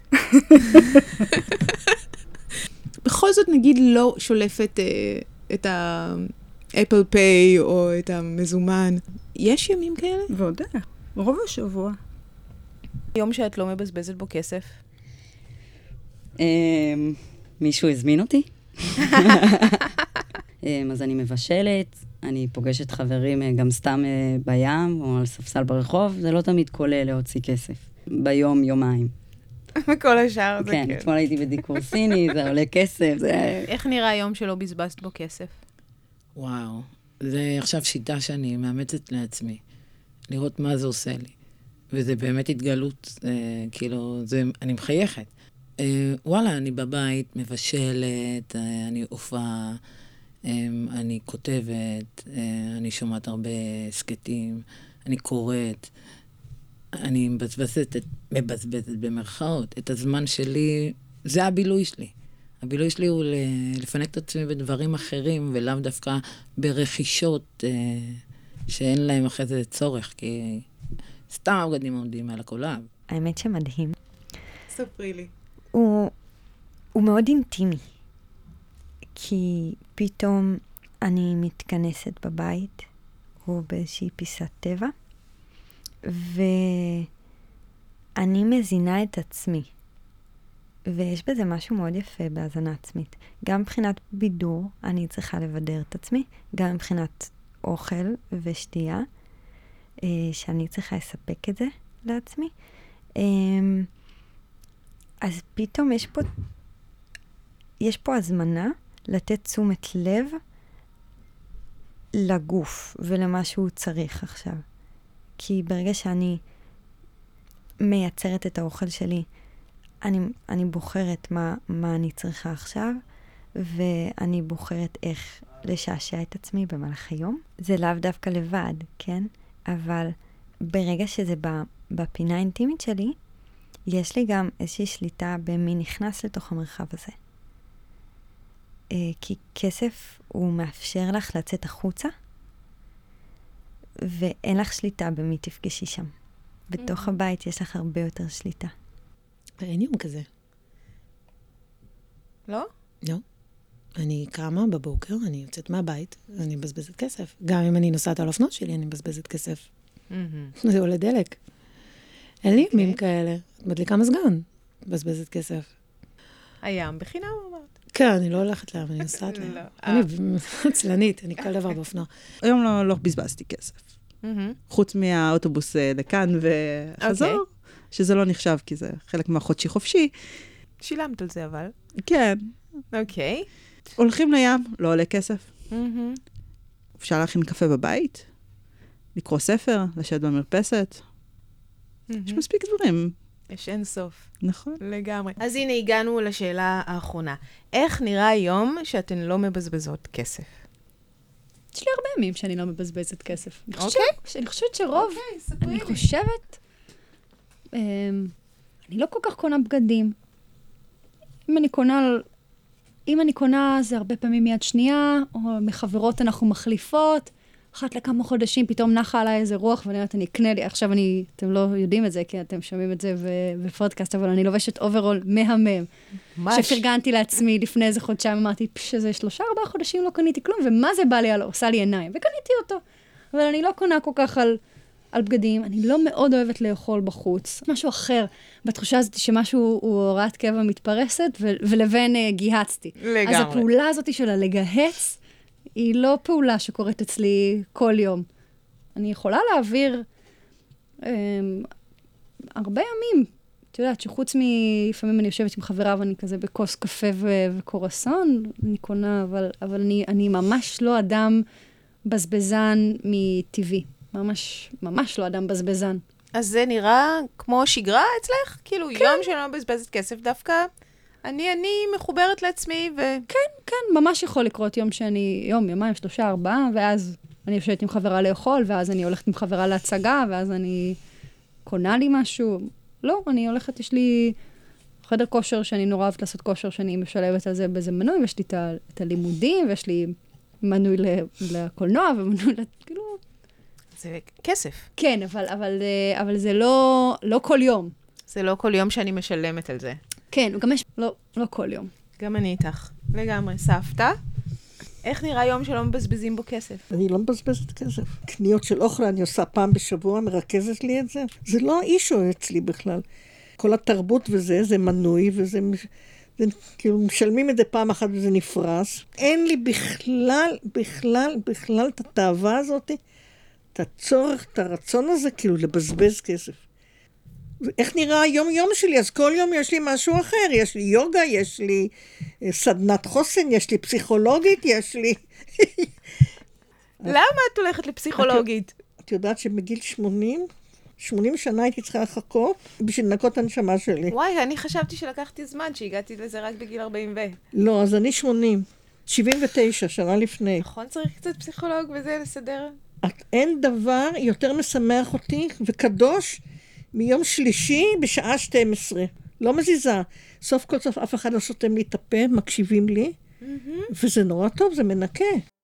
בכל זאת, נגיד, לא שולפת את האפל פיי או את המזומן. יש ימים כאלה? ועוד רוב השבוע. יום שאת לא מבזבזת בו כסף? מישהו הזמין אותי? אז אני מבשלת, אני פוגשת חברים גם סתם בים או על ספסל ברחוב, זה לא תמיד כולל להוציא כסף. ביום, יומיים. וכל השאר זה כן. כן, אתמול הייתי בדיקור סיני, זה עולה כסף, זה... איך נראה היום שלא בזבזת בו כסף? וואו, זה עכשיו שיטה שאני מאמצת לעצמי, לראות מה זה עושה לי. וזה באמת התגלות, כאילו, אני מחייכת. וואלה, אני בבית, מבשלת, אני הופעה, אני כותבת, אני שומעת הרבה סקטים, אני קוראת, אני מבזבזת במרכאות. את הזמן שלי, זה הבילוי שלי. הבילוי שלי הוא לפנק את עצמי בדברים אחרים, ולאו דווקא ברכישות שאין להם אחרי זה צורך, כי סתם הבגדים עומדים על הקולב. האמת שמדהים. ספרי לי. הוא מאוד אינטימי. כי פתאום אני מתכנסת בבית, או באיזושהי פיסת טבע, ואני מזינה את עצמי. ויש בזה משהו מאוד יפה בהזנה עצמית. גם מבחינת בידור, אני צריכה לבדר את עצמי, גם מבחינת אוכל ושתייה, שאני צריכה לספק את זה לעצמי. אז פתאום יש פה הזמנה לתת תשומת לב לגוף ולמה שהוא צריך עכשיו. כי ברגע שאני מייצרת את האוכל שלי, אני בוחרת מה אני צריכה עכשיו, ואני בוחרת איך לשעשע את עצמי במהלך היום. זה לאו דווקא לבד, כן? אבל ברגע שזה בפינה האינטימית שלי, יש לי גם איזושהי שליטה במי נכנס לתוך המרחב הזה. כי כסף הוא מאפשר לך לצאת החוצה, ואין לך שליטה במי תפגשי שם. בתוך הבית יש לך הרבה יותר שליטה. אין יום כזה. לא? לא. אני קמה בבוקר, אני יוצאת מהבית, אני מבזבזת כסף. גם אם אני נוסעת על אופנות שלי, אני מבזבזת כסף. זה עולה דלק. אין לי ימים כאלה. מדליקה מזגן, מבזבזת כסף. הים בחינם אמרת. כן, אני לא הולכת לים, אני נוסעת לים. אני עצלנית, אני כל דבר באופנוע. היום לא בזבזתי כסף. חוץ מהאוטובוס לכאן וחזור, שזה לא נחשב, כי זה חלק מהחודשי חופשי. שילמת על זה אבל. כן. אוקיי. הולכים לים, לא עולה כסף. אפשר להכין קפה בבית, לקרוא ספר, לשבת במרפסת. יש מספיק דברים. יש אין סוף. נכון. לגמרי. אז הנה הגענו לשאלה האחרונה. איך נראה יום שאתן לא מבזבזות כסף? יש לי הרבה ימים שאני לא מבזבזת כסף. אוקיי. אני חושבת שרוב, אני חושבת, אני לא כל כך קונה בגדים. אם אני קונה זה הרבה פעמים מיד שנייה, או מחברות אנחנו מחליפות, אחת לכמה חודשים פתאום נחה עליי איזה רוח, ואני אומרת, אני אקנה לי, עכשיו אתם לא יודעים את זה, כי אתם שומעים את זה בפודקאסט, אבל אני לובשת אוברול מהמם. שפרגנתי לעצמי לפני איזה חודשיים, אמרתי, שזה 3-4 חודשים לא קניתי כלום, ומה זה בא לי, עושה לי עיניים, וקניתי אותו. אבל אני לא קונה כל כך על בגדים, אני לא מאוד אוהבת לאכול בחוץ. משהו אחר, בתחושה הזאת שמשהו הוא הוראת קבע מתפרסת, ולבין גיהצתי. לגמרי. אז הפעולה הזאת של הלגהץ, היא לא פעולה שקורית אצלי כל יום. אני יכולה להעביר הרבה ימים. את יודעת, שחוץ לפעמים אני יושבת עם חברה ואני כזה בכוס קפה וקורסון, אני קונה, אבל אני ממש לא אדם בזבזן מטבעי. ממש לא אדם בזבזן. אז זה נראה כמו שגרה אצלך? כאילו, כן. יום שאני לא מבזבזת כסף דווקא, אני מחוברת לעצמי כן, ממש יכול לקרות יום שאני, יומיים, 3-4, ואז אני יושבת עם חברה לאכול, ואז אני הולכת עם חברה להצגה, ואז אני קונה לי משהו. לא, אני הולכת, יש לי חדר כושר שאני נורא אוהבת לעשות כושר, שאני משלבת על זה באיזה מנוי, ויש לי את הלימודים, ויש לי מנוי לקולנוע, ומנוי כאילו... זה כסף. כן, אבל זה לא כל יום. זה לא כל יום שאני משלמת על זה. כן, גם יש לא כל יום. גם אני איתך. לגמרי. סבתא, איך נראה יום שלא מבזבזים בו כסף? אני לא מבזבזת כסף. קניות של אוכל אני עושה פעם בשבוע, מרכזת לי את זה. זה לא אישו אצלי בכלל. כל התרבות וזה, זה מנוי, וזה כאילו משלמים את זה פעם אחת וזה נפרס. אין לי בכלל את התאווה הזאת, את הצורך, את הרצון הזה, כאילו לבזבז כסף. איך נראה היום-יום שלי? אז כל יום יש לי משהו אחר. יש לי יוגה, יש לי סדנת חוסן, יש לי פסיכולוגית, יש לי... למה את הולכת לפסיכולוגית? את יודעת שבגיל 80 שנה הייתי צריכה לחכות בשביל לנקות הנשמה שלי. וואי, אני חשבתי שלקחתי זמן, שהגעתי לזה רק בגיל 40 לא, אז אני 79, שנה לפני. נכון, צריך קצת פסיכולוג וזה לסדר? אין דבר יותר משמח אותי וקדוש מיום שלישי בשעה 12. לא מזיזה. סוף כל סוף אף אחד לא סותם לי את הפה, מקשיבים לי, וזה נורא טוב, זה מנקה.